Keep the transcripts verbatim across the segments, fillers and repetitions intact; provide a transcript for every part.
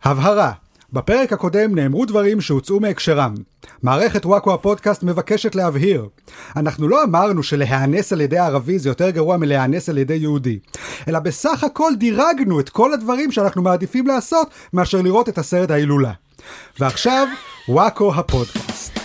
הבהרה, בפרק הקודם נאמרו דברים שהוצאו מהקשרם. מערכת וואקו הפודקאסט מבקשת להבהיר. אנחנו לא אמרנו שלהיאנס על ידי ערבי זה יותר גרוע מלהיאנס על ידי יהודי, אלא בסך הכל דירגנו את כל הדברים שאנחנו מעדיפים לעשות מאשר לראות את הסרט ההילולה. ועכשיו, וואקו הפודקאסט.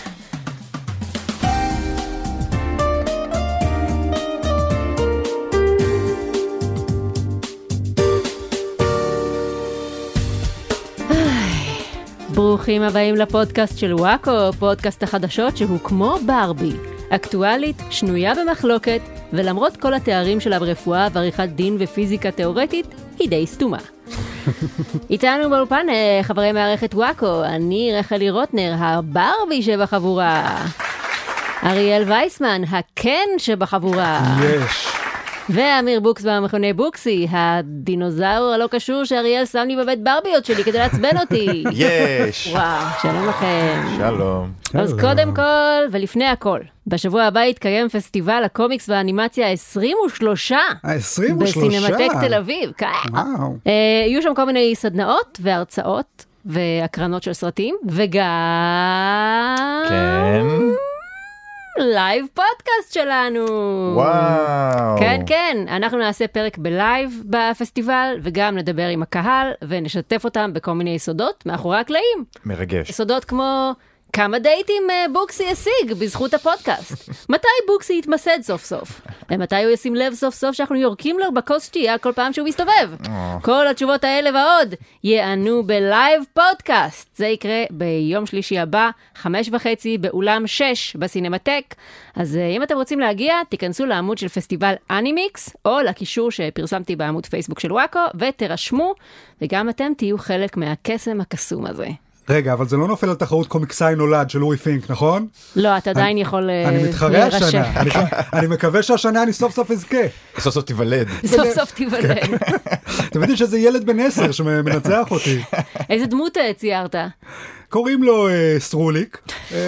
ברוכים הבאים לפודקאסט של וואקו, פודקאסט החדשות שהוא כמו ברבי, אקטואלית, שנויה במחלוקת, ולמרות כל התארים שלה ברפואה ועריכת דין ופיזיקה תיאורטית, היא די סתומה. איתנו באולפן חברי מערכת וואקו, אני רחלי רוטנר, הברבי שבחבורה, אריאל וייסמן, הקן שבחבורה. יש. ואמיר בוקס במכונה בוקסי, הדינוזאור הלא קשור שאריאל שם לי בבית ברביות שלי כדי לעצבן אותי. יש. וואו, שלום לכם. שלום. אז קודם כל, ולפני הכל, בשבוע הבא יתקיים פסטיבל הקומיקס והאנימציה ה-עשרים ושלוש. ה-עשרים ושלוש? בסינמטק תל אביב. וואו. יהיו שם כל מיני סדנאות והרצאות והקרנות של סרטים, וגם... כן. לייב פודקאסט שלנו. וואו. כן, כן. אנחנו נעשה פרק בלייב בפסטיבל, וגם נדבר עם הקהל, ונשתף אותם בכל מיני יסודות מאחורי הקלעים. מרגש. יסודות כמו כמה דייטים בוקסי השיג בזכות הפודקאסט. מתי בוקסי יתמסד סוף סוף? ומתי הוא ישים לב סוף סוף שאנחנו יורקים לו בכוס שתייה כל פעם שהוא מסתובב? כל התשובות האלה ועוד יענו בלייב פודקאסט. זה יקרה ביום שלישי הבא, חמש וחצי, באולם שש בסינמטק. אז אם אתם רוצים להגיע, תיכנסו לעמוד של פסטיבל אנימיקס, או לקישור שפרסמתי בעמוד פייסבוק של וואקו, ותרשמו, וגם אתם תהיו חלק מהקסם הקסום הזה. רגע, אבל זה לא נופל על תחרות קומיקסאי נולד של אורי פינק, נכון? לא, אתה עדיין יכול להירשם. אני מתחרה השנה. אני מקווה שהשנה אני סוף סוף אזכה. סוף סוף תיוולד. סוף סוף תיוולד. אתם יודעים שזה ילד בן עשר שמנצח אותי. איזה דמות ציירת? קוראים לו סרוליק.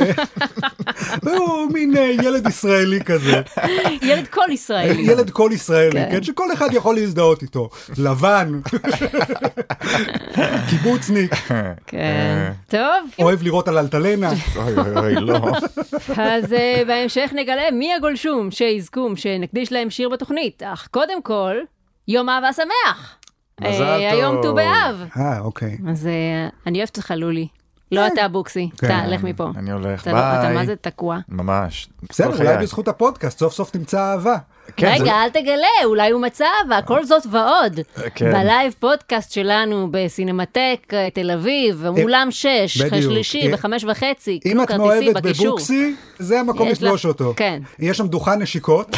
והוא מין ילד ישראלי כזה. ילד כל ישראלי. ילד כל ישראלי, כן, שכל אחד יכול להזדהות איתו. לבן. קיבוצניק. כן. טוב. אוהב לראות על אלטלנה. אוי אוי אוי, לא. אז בהמשך נגלה מי הגולשום שיזכום שנקדיש להם שיר בתוכנית. אך קודם כל, יום אהבה שמח. מזל טוב. היום ט"ו באב. אה, אוקיי. אז אני אוהבת אותך לולי. לא אתה בוקסי, תלך מפה. אני הולך, ביי. אתה מה זה תקוע? ממש. בסדר, אולי בזכות הפודקאסט, סוף סוף תמצא אהבה. רגע, אל תגלה, אולי הוא מצא אהבה, כל זאת ועוד. בלייב פודקאסט שלנו בסינמטק תל אביב, אולם שש, שלישי, בחמש וחצי, אם את מאוהבת בבוקסי, זה המקום לפגוש אותו. יש שם דוכן נשיקות.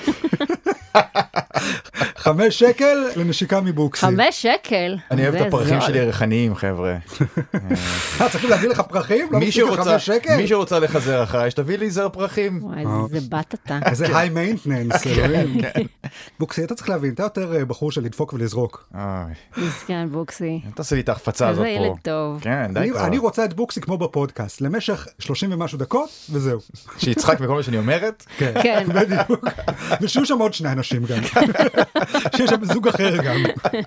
חמש שקל לנשיקה מבוקסי. חמש שקל? אני אוהב את הפרחים שלי ריחניים, חבר'ה. צריכים להביא לך פרחים? לא מספיק חמש שקל? מי שרוצה לחזר אחריי, שתביא לי זר פרחים. וואי, זה בת אתה. איזה היי מיינטננס, אלוהים. בוקסי, אתה צריך להבין, אתה יותר בחור של לדפוק ולזרוק. מסכן, בוקסי. אתה עושה לי את ההחפצה הזאת פה. איזה ילד טוב. כן, די כבר. אני רוצה את בוקסי כמו בפודקאסט, למשך שלושים ומשהו דקות, וזהו. שיצחק בכל מה שאני אומרת? כן. בדיוק. ושיהיו שם עוד שני אנשים גם. שיש שם זוג אחר גם.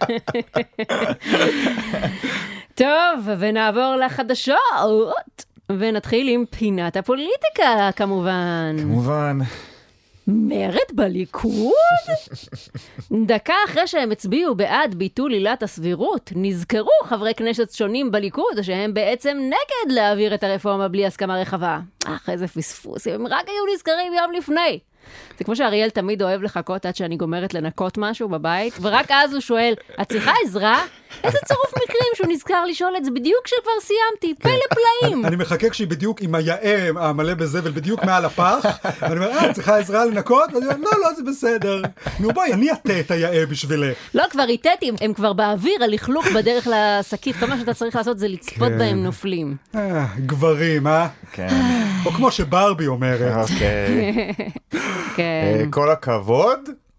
טוב, ונעבור לחדשות. ונתחיל עם פינת הפוליטיקה, כמובן. כמובן. מרד בליכוד? דקה אחרי שהם הצביעו בעד ביטול עילת הסבירות, נזכרו חברי כנסת שונים בליכוד שהם בעצם נגד להעביר את הרפורמה בלי הסכמה רחבה. אך, איזה פספוס, הם רק היו נזכרים יום לפני. זה כמו שאריאל תמיד אוהב לחכות עד שאני גומרת לנקות משהו בבית, ורק אז הוא שואל, את צריכה עזרה? איזה צירוף מקרים שהוא נזכר לשאול את זה בדיוק כשכבר סיימתי, פלא פלאים. אני מחכה כשהיא בדיוק עם היער המלא בזבל בדיוק מעל הפח, ואני אומר, אה, צריכה עזרה לנקות? ואני אומר, לא, לא, זה בסדר. נו בואי, אני אטה את היער בשבילך. לא, כבר איתתי, הם כבר באוויר, הלכלוך בדרך לשקית, כל מה שאתה צריך לעשות זה לצפות בהם נופלים. גברים, אה? כן. או כמו שברבי אומרת. אוקיי. כל הכבוד,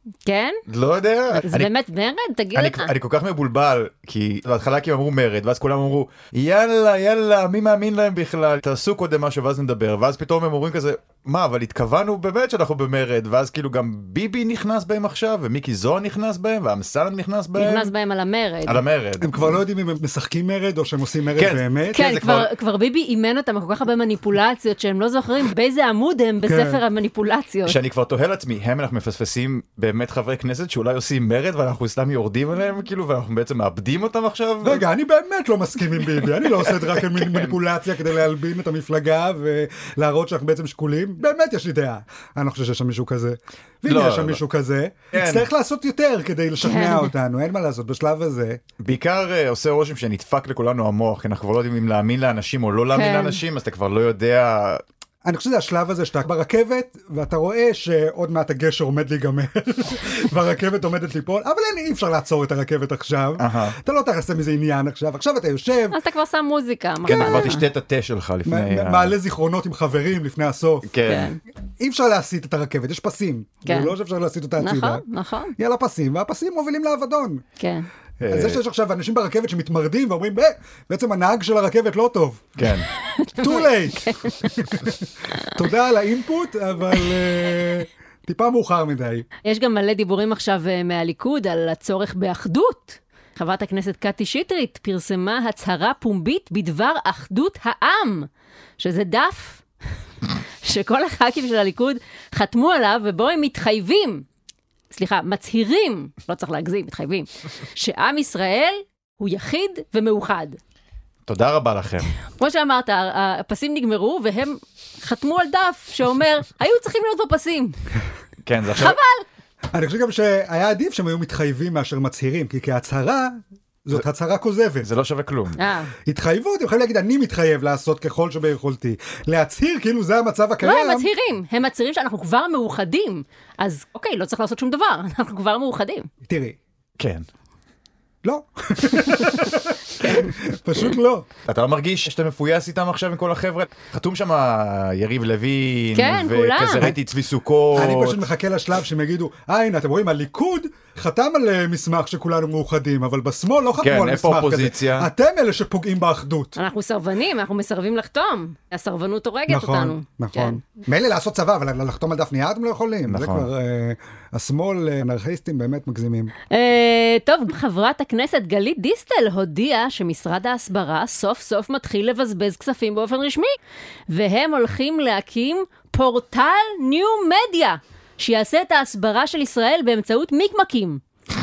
כן? לא יודע. זה אני- באמת מרד? תגיד אני, לך. אני כל כך מבולבל, כי בהתחלה כי הם אמרו מרד, ואז כולם אמרו, יאללה, יאללה, מי מאמין להם בכלל? תעשו קודם משהו ואז נדבר, ואז פתאום הם אומרים כזה, מה, אבל התכוונו באמת שאנחנו במרד, ואז כאילו גם ביבי נכנס בהם עכשיו, ומיקי זוהר נכנס בהם, והאמסלם נכנס בהם. נכנס בהם על המרד. על המרד. הם כבר לא יודעים אם הם משחקים מרד או שהם עושים מרד כן. באמת. כן, זה כבר, כבר- כבר ביבי אימן אותם כל כך הרבה מניפולציות שהם לא זוכרים באיזה עמוד הם בספר המניפולציות. שאני כבר תוהה לעצמי, הם אנחנו מפספסים באמת חברי כנסת שאולי עושים מרד, ואנחנו סתם יורדים עליהם, כאילו, ואנחנו בעצם מאבדים אותם עכשיו. רגע, אני באמת לא מסכים עם ביבי, אני לא עושה את רק מניפולציה כדי להלבין את המפלגה ולהראות שאנחנו בעצם שקולים. באמת יש לי דעה. אני לא חושב שיש שם מישהו כזה. ואם לא, יש שם לא. מישהו כזה, כן. יצטרך לעשות יותר כדי לשכנע כן. אותנו, אין מה לעשות בשלב הזה. בעיקר אה, עושה רושם שנדפק לכולנו המוח, כי אנחנו כבר לא יודעים אם להאמין לאנשים או לא להאמין כן. לאנשים, אז אתה כבר לא יודע... אני חושב שזה השלב הזה שאתה ברכבת, ואתה רואה שעוד מעט הגשר עומד להיגמר, והרכבת עומדת ליפול, אבל אין, אי אפשר לעצור את הרכבת עכשיו. אהה. אתה לא תעשה מזה עניין עכשיו, עכשיו אתה יושב, אז אתה כבר שם מוזיקה. כן, מחר. כבר תשתה את התה שלך לפני... מ- ה- מעלה זיכרונות עם חברים לפני הסוף. כן. אי אפשר להסיט את הרכבת, יש פסים. כן. זה לא שאפשר להסיט אותה הצידה. נכון, נכון. יאללה פסים, והפסים מובילים לאבדון. כן. אז זה שיש עכשיו אנשים ברכבת שמתמרדים ואומרים, "אה, בעצם הנהג של הרכבת לא טוב. כן. too late. תודה על האינפוט, אבל אה, טיפה מאוחר מדי. יש גם מלא דיבורים עכשיו אה, מהליכוד על הצורך באחדות. חברת הכנסת קטי שטרית פרסמה הצהרה פומבית בדבר אחדות העם, שזה דף שכל הח"כים של הליכוד חתמו עליו, ובו הם מתחייבים, סליחה, מצהירים, לא צריך להגזים, מתחייבים, שעם ישראל הוא יחיד ומאוחד. תודה רבה לכם. כמו שאמרת, הפסים נגמרו, והם חתמו על דף שאומר, היו צריכים להיות פה פסים. כן, זה עכשיו... חבל! אני חושב גם שהיה עדיף שהם היו מתחייבים מאשר מצהירים, כי כהצהרה, זאת הצהרה כוזבת. זה לא שווה כלום. אה. התחייבות, הם יכולים להגיד, אני מתחייב לעשות ככל שביכולתי. להצהיר, כאילו זה המצב הקיים. לא, הם מצהירים. הם מצהירים שאנחנו כבר מאוחדים. אז אוקיי, לא צריך לעשות שום דבר. אנחנו כבר מאוחדים. תראי, כן. לא. פשוט לא. אתה לא מרגיש שאתה מפויס איתם עכשיו עם כל החבר'ה? חתום שם יריב לוין, כן, כולם. וכזה ראיתי צבי סוכות. אני פשוט מחכה לשלב שהם יגידו, אה, הנה, אתם רואים, הליכוד חתם על אה, מסמך שכולנו מאוחדים, אבל בשמאל לא חתמו כן, על איפה מסמך כזה. האופוזיציה? אתם אלה שפוגעים באחדות. אנחנו סרבנים, אנחנו מסרבים לחתום. הסרבנות הורגת אותנו. נכון, נכון. מילא לעשות צבא, אבל לחתום על דף נייר אתם לא יכולים. זה נכון. כבר, אה, השמאל, אה, אנרכיסטים באמת מגזימים. אה, טוב, חברת הכנסת גלית דיסטל הודיעה שמשרד ההסברה סוף סוף מתחיל לבזבז כספים באופן רשמי, והם הולכים להקים פורטל ניו מדיה, שיעשה את ההסברה של ישראל באמצעות מיקמקים.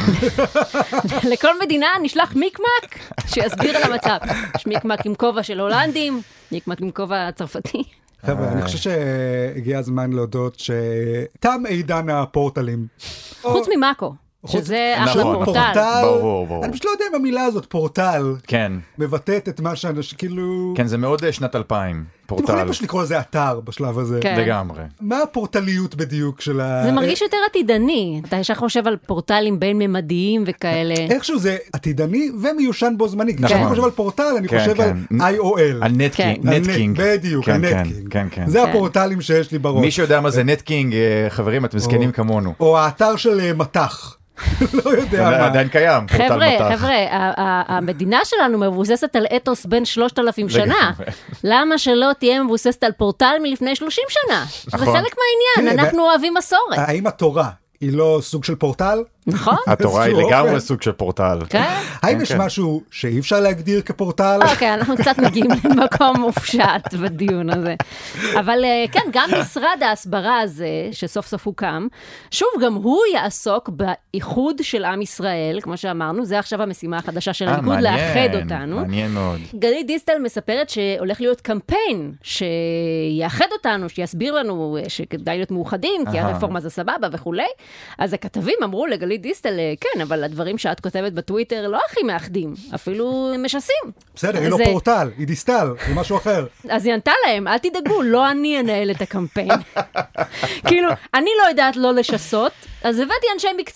לכל מדינה נשלח מיקמק שיסביר על המצב. יש מיקמק עם כובע של הולנדים, מיקמק עם כובע צרפתי. חבר'ה, אני חושב שהגיע הזמן להודות שתם עידן הפורטלים. חוץ ממאקו, שזה אחלה נכון, פורטל. ברור, ברור. אני פשוט לא יודע אם המילה הזאת, פורטל, כן. מבטאת את מה שאנשים, כאילו... כן, זה מאוד אה, שנת אלפיים. אתם יכולים פורטל. פשוט לקרוא לזה אתר בשלב הזה. כן. לגמרי. מה הפורטליות בדיוק של ה... זה מרגיש יותר עתידני. אתה ישר חושב על פורטלים בין-ממדיים וכאלה. איכשהו זה עתידני ומיושן בו זמנית. נכון. כשאני חושב על פורטל, אני כן, חושב על כן. איי או אל. על נטקינג. על נטקינג. נט- בדיוק, כן, כן, הנטקינג. כן, כן. זה כן. הפורטלים שיש לי בראש. מי שיודע מה זה נטקינג, אה, חברים, אתם זקנים כמונו. או האתר של אה, מתח. לא יודע זה מה. עדיין קיים. פורטל חבר'ה, מטח. חבר'ה, ה- ה- המדינה שלנו מבוססת על אתוס בין שלושת אלפים שנה. לגמרי. למה שלא תהיה מבוססת על פורטל מלפני שלושים שנה? זה נכון. חלק מהעניין, כן, אנחנו אוהבים מסורת. האם התורה היא לא סוג של פורטל? נכון? התורה היא באיזשהו לגמרי אופן. סוג של פורטל. כן? האם כן, יש כן. משהו שאי אפשר להגדיר כפורטל? אוקיי, אנחנו קצת מגיעים למקום מופשט בדיון הזה. אבל אה, כן, גם משרד ההסברה הזה, שסוף סוף הוקם, שוב, גם הוא יעסוק באיחוד של עם ישראל, כמו שאמרנו, זה עכשיו המשימה החדשה של אה, הליכוד, מעניין, לאחד אותנו. מעניין מאוד. גלית דיסטל מספרת שהולך להיות קמפיין שיאחד אותנו, שיסביר לנו שכדאי להיות מאוחדים, כי אהה. הרפורמה זה סבבה וכולי. אז הכתבים אמרו לגלית דיסטל, כן, אבל הדברים שאת כותבת בטוויטר לא הכי מאחדים, אפילו משסים. בסדר, היא לא זה- פורטל, היא דיסטל, היא משהו אחר. אז היא ענתה להם, אל תדאגו, לא אני אנהל את הקמפיין. כאילו, אני לא יודעת לא לשסות, אז הבאתי אנשי מקצוע,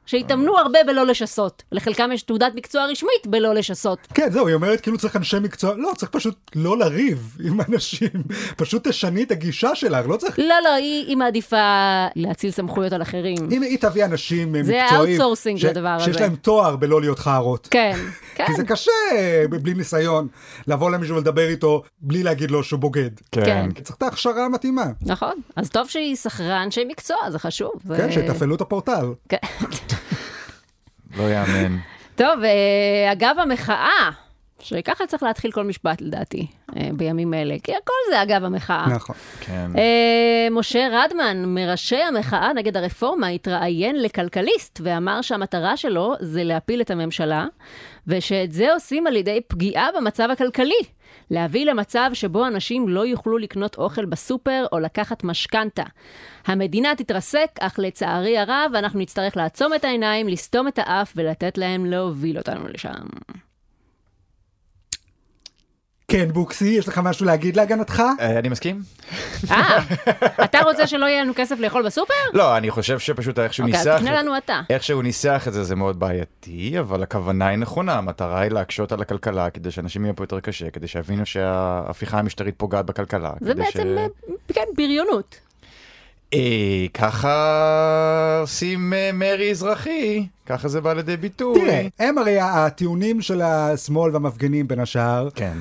שהתאמנו הרבה בלא לשסות. לחלקם יש תעודת מקצוע רשמית בלא לשסות. כן, זהו, היא אומרת כאילו צריך אנשי מקצוע, לא, צריך פשוט לא לריב עם אנשים, פשוט תשני את הגישה שלך, לא צריך... לא, לא, היא, היא מעדיפה להציל סמכויות על אחרים. אם היא תביא אנשים זה מקצועיים, האוטסורסינג ש... לדבר הזה. שיש להם תואר בלא להיות חארות. כן, כן. כי זה קשה, בלי ניסיון, לבוא למישהו ולדבר איתו, בלי להגיד לו שהוא בוגד. כן. צריך את ההכשרה המתאימה. נכון, אז טוב שהיא שכרה אנשי מקצוע, זה חשוב. כן, שתפעלו את הפורטל. כן. לא יאמן. טוב, אגב המחאה, שככה צריך להתחיל כל משפט לדעתי, בימים אלה, כי הכל זה אגב המחאה. נכון. כן. משה רדמן, מראשי המחאה נגד הרפורמה, התראיין לכלכליסט, ואמר שהמטרה שלו זה להפיל את הממשלה, ושאת זה עושים על ידי פגיעה במצב הכלכלי. להביא למצב שבו אנשים לא יוכלו לקנות אוכל בסופר או לקחת משכנתה. המדינה תתרסק, אך לצערי הרב אנחנו נצטרך לעצום את העיניים, לסתום את האף ולתת להם להוביל אותנו לשם. כן, בוקסי, יש לך משהו להגיד להגנתך? אני מסכים? אה, אתה רוצה שלא יהיה לנו כסף לאכול בסופר? לא, אני חושב שפשוט איך שהוא ניסח... אוקיי, אז תקנה לנו אתה. איך שהוא ניסח את זה, זה מאוד בעייתי, אבל הכוונה היא נכונה. המטרה היא להקשות על הכלכלה, כדי שאנשים יהיו פה יותר קשה, כדי שיבינו שההפיכה המשטרית פוגעת בכלכלה. זה בעצם, כן, בריונות. אה, ככה עושים מרי אזרחי, ככה זה בא לידי ביטוי. תראה, הם הרי הטיעונים של השמאל והמפגנים בין השאר, כן.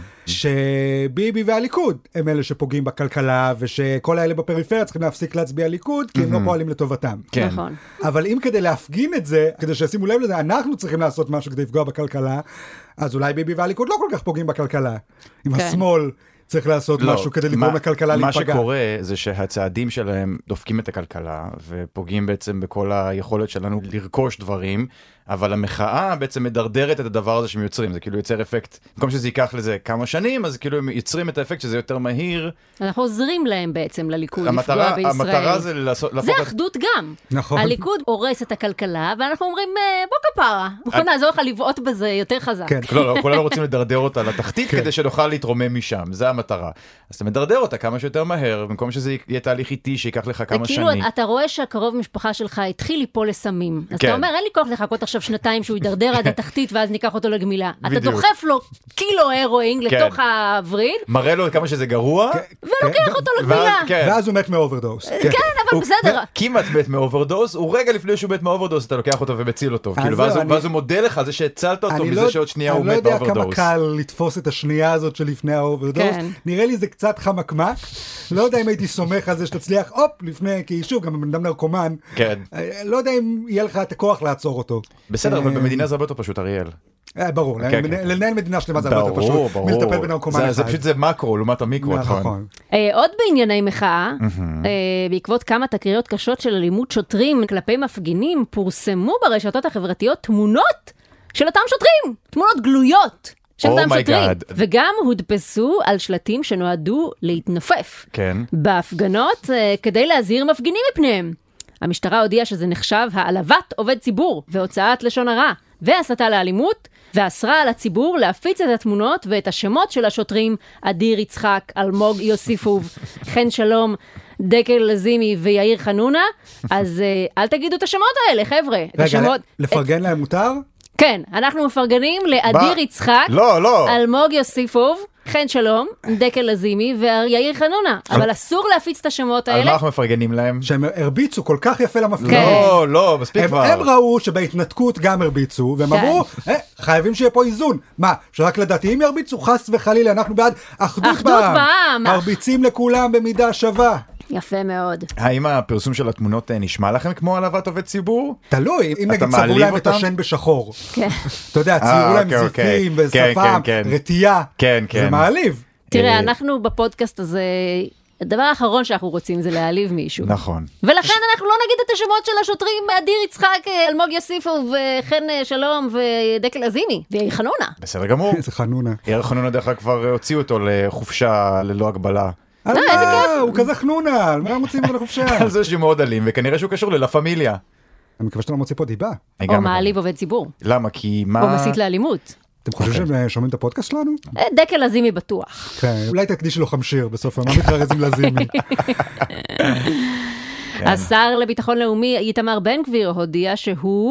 שביבי והליכוד הם אלה שפוגעים בכלכלה, ושכל האלה בפריפריה צריכים להפסיק להצביע ליכוד, כי הם לא פועלים לטובתם. כן. נכון. אבל אם כדי להפגין את זה, כדי שישימו לב לזה, אנחנו צריכים לעשות משהו כדי לפגוע בכלכלה, אז אולי ביבי והליכוד לא כל כך פוגעים בכלכלה. עם כן. השמאל צריך לעשות לא, משהו כדי לגרום לכלכלה מה להיפגע. שקורה זה שהצעדים שלהם דופקים את הכלכלה, ופוגעים בעצם בכל היכולת שלנו לרכוש דברים, אבל המחאה בעצם מדרדרת את הדבר הזה שהם יוצרים, זה כאילו יוצר אפקט, במקום שזה ייקח לזה כמה שנים, אז כאילו הם יוצרים את האפקט שזה יותר מהיר. אנחנו עוזרים להם בעצם לליכוד המטרה, לפגוע בישראל. המטרה זה לעשות... זה אחדות גם. נכון. הליכוד הורס את הכלכלה, ואנחנו אומרים, בוא כפרה, בוא נעזור לך לבעוט בזה יותר חזק. כן. לא, לא, כולנו רוצים לדרדר אותה לתחתית כדי שנוכל להתרומם משם, זה המטרה. אז אתה מדרדר אותה כמה שיותר מהר, במקום שזה יהיה תהליך איטי שיקח לך כמה שנים. וכאילו, אתה רואה שהקרוב משפחה שלך התחיל ליפול לסמים. אז כן. אתה אומר, אין לי כוח לחכות עכשיו שנתיים שהוא יידרדר עד התחתית, ואז ניקח אותו לגמילה. אתה בדיוק. דוחף לו קילו הרואינג לתוך הווריד, מראה לו כמה שזה גרוע, ולוקח אותו ואז- לגמילה. כן. ואז הוא מת מאוברדוס. כן, אבל הוא בסדר. כמעט מת מאוברדוס, הוא רגע לפני שהוא מת מאוברדוס, אתה לוקח אותו ומציל אותו. אז כאילו, זהו, ואז הוא- אני- ואז הוא מודה לך, זה שהצלת אותו אני מזה לא- שעוד שנייה הוא אני לא מת יודע כמה מאוברדוס. קל לתפוס את השנייה הזאת שלפני האוברדוס. כן. נראה לי זה קצת חמקמק. לא יודע אם הייתי סומך על זה שתצליח, הופ, לפני, כי שוב, גם בן אדם נרקומן. כן. אה, לא יודע אם יהיה לך את הכוח לעצור אותו. בסדר, אבל אה, במדינה זה הרבה יותר פשוט, אריאל. אה, ברור, כן, לנ- כן. לנהל מדינה שלמה זה הרבה יותר ברור, פשוט. ברור. מלטפל בנרקומן זה- אחד. זה פשוט זה מקרו, לעומת המיקרו, נכון. נכון. אה, עוד בענייני מחאה, אה, בעקבות כמה תקריות קשות של אלימות שוטרים כלפי מפגינים, פורסמו ברשתות החברתיות תמונות של אותם שוטרים, תמונות גלויות של Oh אותם my שוטרים, God. וגם הודפסו על שלטים שנועדו להתנופף כן. בהפגנות אה, כדי להזהיר מפגינים מפניהם. המשטרה הודיעה שזה נחשב העלבת עובד ציבור והוצאת לשון הרע והסתה לאלימות, ואסרה על הציבור להפיץ את התמונות ואת השמות של השוטרים אדיר יצחק, אלמוג יוסיפוב, חן שלום, דקל לזימי ויאיר חנונה. אז אה, אל תגידו את השמות האלה, חבר'ה. את רגע, השמות... לפרגן להם מותר? כן, אנחנו מפרגנים לאדיר מה? יצחק, לא, לא. אלמוג יוסיפוב, חן שלום, דקל לזימי ויאיר חנונה. אבל אסור להפיץ את השמות על מה האלה. אנחנו מפרגנים להם? שהם הרביצו כל כך יפה למפגינים. כן. לא, לא, מספיק הם, כבר. הם ראו שבהתנתקות גם הרביצו, והם כן. אמרו, "אה, חייבים שיהיה פה איזון. מה, שרק לדתיים ירביצו? חס וחלילה, אנחנו בעד אחדות אחדות בעם. מרביצים לכולם במידה שווה. יפה מאוד. האם הפרסום של התמונות אה, נשמע לכם כמו העלבת עובד ציבור? תלוי, אם נגיד אתה צבעו מעליב להם את אותם? השן בשחור. כן. אתה יודע, ציירו להם אוקיי, אוקיי. זיפים כן, ושפם, כן, כן. רטייה. כן, כן. זה מעליב. תראה, אה, אנחנו בפודקאסט הזה, הדבר האחרון שאנחנו רוצים זה להעליב מישהו. נכון. ולכן אנחנו לא נגיד את השמות של השוטרים, אדיר יצחק, אלמוג יוסיפוב, חן שלום ודקל לזימי, ויאיר חנונה. בסדר גמור. איזה חנונה. יאיר חנונה דרך כלל כבר הוציאו אותו לחופשה ללא הגבלה. על איזה מה? כיף. הוא כזה חנונה, על מה מוצאים אותו לחופשה? על זה שהוא מאוד אלים, וכנראה שהוא קשור ללה פמיליה. אני מקווה שאתה לא מוציא פה דיבה. אני או גם- מעליב עובד ציבור. למה? כי מה... או מסית לאלימות. אתם חושבים שהם שומעים את הפודקאסט שלנו? אה, דקל לזימי בטוח. כן, אולי תקדיש לו חמשיר בסוף, מה מתחרז עם לזימי? כן. השר לביטחון לאומי איתמר בן גביר הודיע שהוא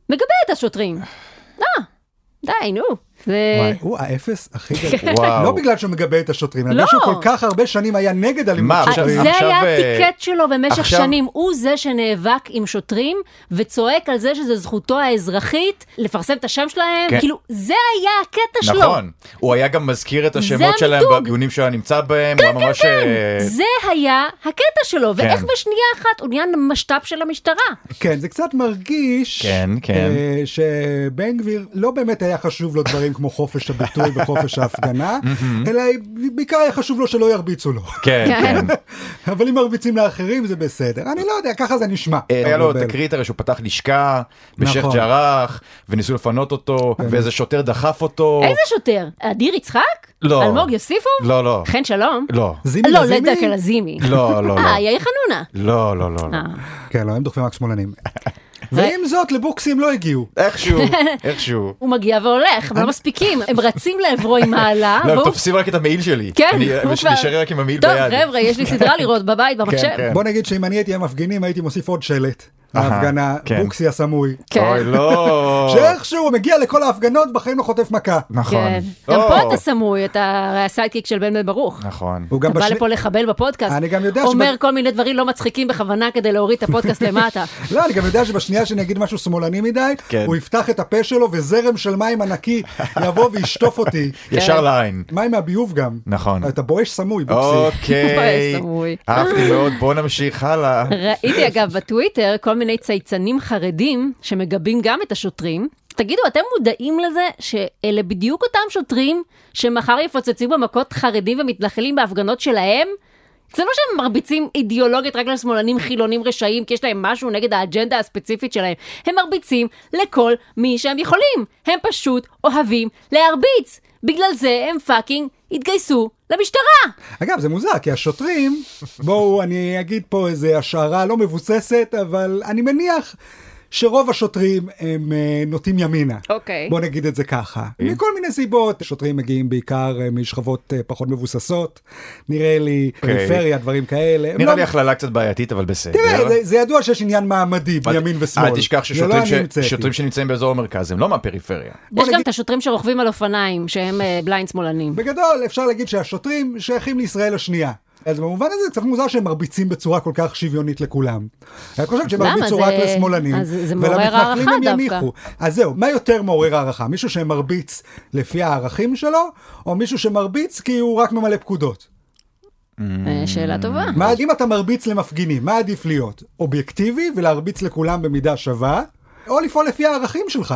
מגבה את השוטרים. אה, די, נו. וואי, הוא האפס הכי גדול. וואו. לא בגלל שהוא מגבה את השוטרים, אלא לא. שהוא כל כך הרבה שנים היה נגד אלימות מה, שוטרים. עכשיו- זה עכשיו, היה אה, הטיקט שלו במשך עכשיו- שנים, הוא זה שנאבק עם שוטרים, וצועק על זה שזה זכותו האזרחית, לפרסם את השם שלהם, כן. כאילו, זה היה הקטע שלו. נכון, הוא היה גם מזכיר את השמות זה שלהם המיתוג. בדיונים שהוא נמצא בהם, הוא היה ממש... אה, זה היה הקטע שלו, ואיך כן. בשנייה אחת הוא נהיה משת"פ של המשטרה. כן, זה קצת מרגיש כן, כן. אה, שבן גביר לא באמת היה חשוב לו דברים כמו חופש הביטוי וחופש ההפגנה, אלא בעיקר היה חשוב לו שלא ירביצו לו. כן, כן. אבל אם מרביצים לאחרים זה בסדר. אני לא יודע, ככה זה נשמע. היה לו אבל- תקרית הרי שהוא פתח לשכה בשייח נכון. ג'ראח, וניסו לפנות אותו, ואיזה שוטר דחף אותו. איזה שוטר? אדיר יצחק? לא. אלמוג יוסיפוב? לא, לא. חן שלום? לא. זימי לא, לזימי? לדקה לזימי. לא, לא, לא. אה, יאיר חנונה. לא, לא, לא. לא. אה. כן, לא, הם דוחפים רק שמאלנים. ועם זאת, לבוקסי הם לא הגיעו. איכשהו, איכשהו. הוא מגיע והולך, אבל לא מספיקים. הם רצים לעברו עם מעלה. לא, הם והוא- תופסים רק את המעיל שלי. כן, אני הוא כבר- נשאר רק עם המעיל טוב, ביד. חבר'ה, יש לי סדרה לראות בבית, במחשב. כן. בוא נגיד שאם אני הייתי המפגינים, הייתי מוסיף עוד שלט. אהה, ההפגנה, כן. בוקסי הסמוי. כן. אוי, לא. שאיכשהו הוא מגיע לכל ההפגנות, בחיים לא חוטף מכה. נכון. כן. גם או. פה אתה סמוי, אתה הרי הסיידקיק של בן בן ברוך. נכון. הוא גם אתה בא בשני- לפה לחבל בפודקאסט, אני גם יודע אומר שבד- כל מיני דברים לא מצחיקים בכוונה כדי להוריד את הפודקאסט למטה. לא, אני גם יודע שבשנייה שאני אגיד משהו שמאלני מדי, כן. הוא יפתח את הפה שלו וזרם של מים ענקי יבוא וישטוף אותי. ישר לעין. מים מהביוב גם. נכון. אתה בואש סמוי, בוקסי. אוקיי. אוי, סמוי. אהבתי מאוד, בוא נמשיך הלאה. ראיתי אגב בטוויטר כל מיני צייצנים חרדים שמגבים גם את השוטרים. תגידו, אתם מודעים לזה שאלה בדיוק אותם שוטרים שמחר יפוצצו במכות חרדים ומתנחלים בהפגנות שלהם? זה לא שהם מרביצים אידיאולוגית רק לשמאלנים חילונים רשעים, כי יש להם משהו נגד האג'נדה הספציפית שלהם. הם מרביצים לכל מי שהם יכולים. הם פשוט אוהבים להרביץ. בגלל זה הם פאקינג התגייסו למשטרה. אגב, זה מוזר, כי השוטרים, בואו אני אגיד פה איזה השערה לא מבוססת, אבל אני מניח שרוב השוטרים הם אה, נוטים ימינה. אוקיי. בוא נגיד את זה ככה. מכל מיני סיבות, שוטרים מגיעים בעיקר אה, משכבות אה, פחות מבוססות, נראה לי, פריפריה, דברים כאלה. הם נראה לא- לי הכללה קצת בעייתית, אבל בסדר. תראה, זה, זה ידוע שיש עניין מעמדי בימין ושמאל. אל תשכח זה לא ששוטרים אני ש- המצאתי. שוטרים שנמצאים באזור המרכז הם לא מהפריפריה. בוא יש גם נגיד- את השוטרים שרוכבים על אופניים, שהם אה, בליינד שמאלנים. בגדול, אפשר להגיד שהשוטרים שייכים לישראל השנייה. אז במובן הזה קצת מוזר שהם מרביצים בצורה כל כך שוויונית לכולם. אני חושב שהם למה? מרביצו זה- רק לשמאלנים, אז זה מעורר ולמתנחלים הערכה הם דווקא. יניחו. אז זהו, מה יותר מעורר הערכה? מישהו שמרביץ לפי הערכים שלו, או מישהו שמרביץ כי הוא רק ממלא פקודות? אה, שאלה טובה. מה, אם אתה מרביץ למפגינים, מה עדיף להיות? אובייקטיבי ולהרביץ לכולם במידה שווה, או לפעול לפי הערכים שלך,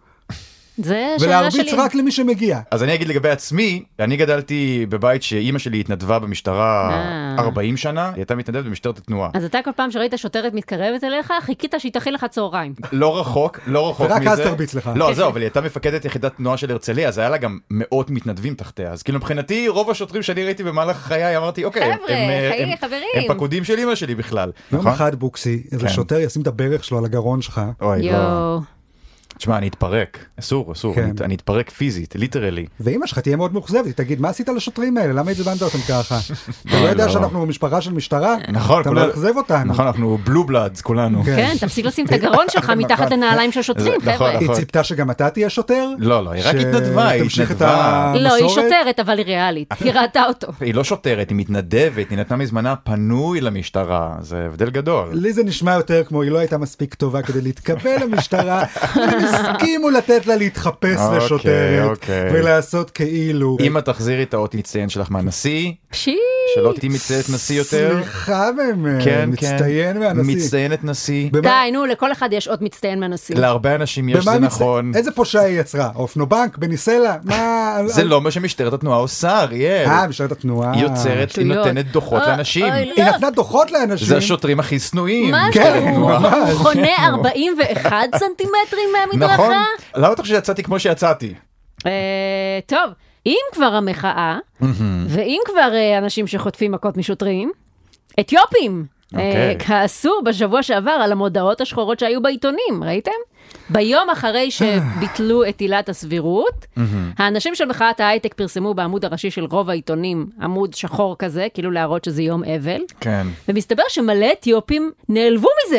זה שאלה ולהרביץ שלי. רק למי שמגיע. אז אני אגיד לגבי עצמי, אני גדלתי בבית שאימא שלי התנדבה במשטרה אה. ארבעים שנה, היא הייתה מתנדבת במשטרת התנועה. אז אתה כל פעם שראית שוטרת מתקרבת אליך, חיכית שהיא תכין לך צהריים. לא רחוק, לא רחוק ורק מזה. אז תרביץ לך. לא, זהו, אבל היא הייתה מפקדת יחידת תנועה של הרצליה, אז היה לה גם מאות מתנדבים תחתיה. אז כאילו מבחינתי, רוב השוטרים שאני ראיתי במהלך חיי, אמרתי, אוקיי, הם- חבר'ה, הם- חיי, הם- חברים. הם פקודים של אמא שלי בכלל. יום נכון? אחד בוקסי, איזה כן. שוטר ישים את הברך שלו על הגרון שלך. אוי, לא. יואו. תשמע, אני אתפרק. אסור, אסור. כן. אני- אני אתפרק פיזית, ליטרלי. ואמא שלך תהיה מאוד מאוכזבת, תגיד, מה עשית לשוטרים האלה? למה הזמנת אותם ככה? אתה לא יודע לא. שאנחנו משפחה של משטרה? נכון, אתה כולל- מאכזב אותנו. נכון, אנחנו בלו בלאדס כולנו. כן. כן, תפסיק לשים את הגרון שלך מתחת לנעליים של שוטרים, זה- נכון, חבר'ה. היא נכון. ציפתה שגם אתה תהיה שוטר? לא, לא, היא רק התנדבה, היא שתמשיך את התנדבה. לא, היא המסורת? שוטרת, אבל היא ריאלית. היא ראתה אותו. היא לא שוטרת, היא מתנדבת, היא נתנה מזמנה פנוי למשטרה, זה הבדל גדול. לי זה נשמע יותר כמו היא לא הייתה מספיק טובה כדי להתקבל למשטרה, הם הסכימו לתת לה להתחפש אוקיי, לשוטרת אוקיי. ולעשות כאילו. אמא תחזירי את האות מצטיין שלך מהנשיא, פשי. שלא תהיי מצטיינת נשיא יותר. סליחה באמת, כן, מצטיין כן. מהנשיא. מצטיינת נשיא. במה- די, נו, לכל אחד יש עוד מצטיין מהנשיא. להרבה אנשים יש, במה זה מצ- נכון. איזה פושע היא יצרה? אופנובנק? בניסלה? מה? זה לא מה שמשטרת התנועה עושה, אריאל. אה, משטרת התנועה. היא יוצרת, היא שטויות. נותנת דוחות אוי, לאנשים. אוי, היא לא. נתנה דוחות לאנשים. זה השוטרים הכי שנואים. מה כן, זה? הוא ממש. הוא חונה ארבעים ואחד סנטימטרים מהמדרכה? נכון? למה אתה חושב שיצאתי כמו שיצאתי? אה, טוב, אם כבר המחאה, ואם כבר אה, אנשים שחוטפים מכות משוטרים, אתיופים אה, אוקיי. כעסו בשבוע שעבר על המודעות השחורות שהיו בעיתונים, ראיתם? ביום אחרי שביטלו את עילת הסבירות, האנשים של מחאת ההייטק פרסמו בעמוד הראשי של רוב העיתונים עמוד שחור כזה, כאילו להראות שזה יום אבל, כן. ומסתבר שמלא אתיופים נעלבו מזה.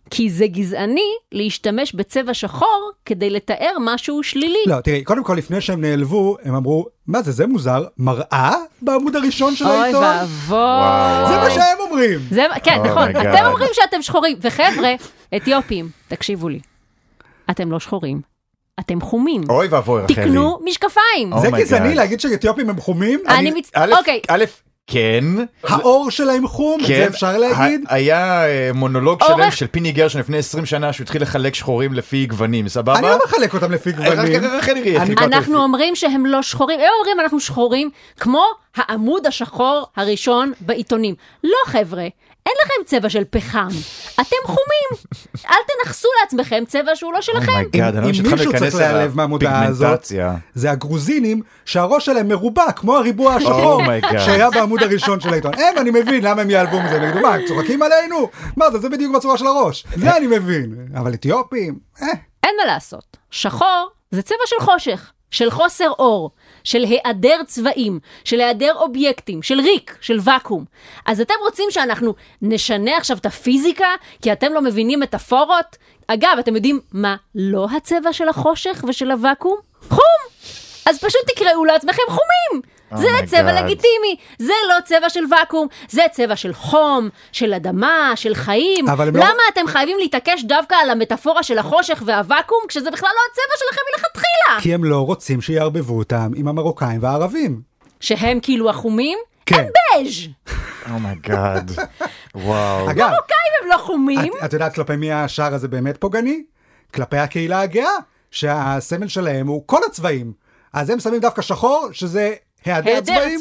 כי זה גזעני להשתמש בצבע שחור כדי לתאר משהו שלילי. לא, תראי, קודם כל לפני שהם נעלבו, הם אמרו, מה זה, זה מוזר, מראה בעמוד הראשון של העיתון? אוי ואבוי. זה מה שהם אומרים. זה, כן, Oh נכון, my God. אתם אומרים שאתם שחורים, וחבר'ה, אתיופים, תקשיבו לי, אתם לא שחורים, אתם חומים. אוי ואבוי, רחלי. תקנו משקפיים. Oh זה my גזעני God. להגיד שאתיופים הם חומים? אני מצ... א', אוקיי. א', כן. האור שלהם חום, כן. זה אפשר להגיד? ה- היה אה, מונולוג אורך- שלם של פיני גרשון לפני עשרים שנה שהוא התחיל לחלק שחורים לפי גוונים, סבבה? אני לא מחלק אותם לפי גוונים. רחלי ראי, אני- אנחנו אומרים שהם לא שחורים, הם אומרים אנחנו שחורים, כמו העמוד השחור הראשון בעיתונים. לא חבר'ה, אין לכם צבע של פחם, אתם חומים. אל תנחסו לעצמכם צבע שהוא לא שלכם. אומייגאד, אני אם לא שהתחלנו מישהו צריך להיכנס להיעלב מהמודעה הזאת, פיגמנטציה. זה הגרוזינים שהראש שלהם מרובע, כמו הריבוע השחור, Oh my God. שהיה בעמוד הראשון של העיתון. הם, אני מבין למה הם יעלבו מזה, נגדו, מה, צוחקים עלינו? מה זה, זה בדיוק בצורה של הראש. זה אני מבין. אבל אתיופים, אה. אין מה לעשות. שחור זה צבע של חושך, של חוסר אור, של היעדר צבעים, של היעדר אובייקטים, של ריק, של וקום. אז אתם רוצים שאנחנו נשנה עכשיו את הפיזיקה, כי אתם לא מבינים מטאפורות? אגב, אתם יודעים מה לא הצבע של החושך ושל הוואקום? חום! אז פשוט תקראו לעצמכם חומים! זה my צבע God. לגיטימי, זה לא צבע של וקום, זה צבע של חום, של אדמה, של חיים. אבל הם לא- למה אתם חייבים להתעקש דווקא על המטאפורה של החושך והוואקום, כשזה בכלל לא הצבע שלכם מלכתחילה? כי הם לא רוצים שיערבבו אותם עם המרוקאים והערבים. שהם כאילו החומים? כן. הם בז'. אומייגאד. וואו. אגב, מרוקאים הם לא חומים. את, את יודעת כלפי מי השער הזה באמת פוגעני? כלפי הקהילה הגאה, שהסמל שלהם הוא כל הצבעים. אז הם שמים דווקא שחור, שזה היעדר היעדר צבעים.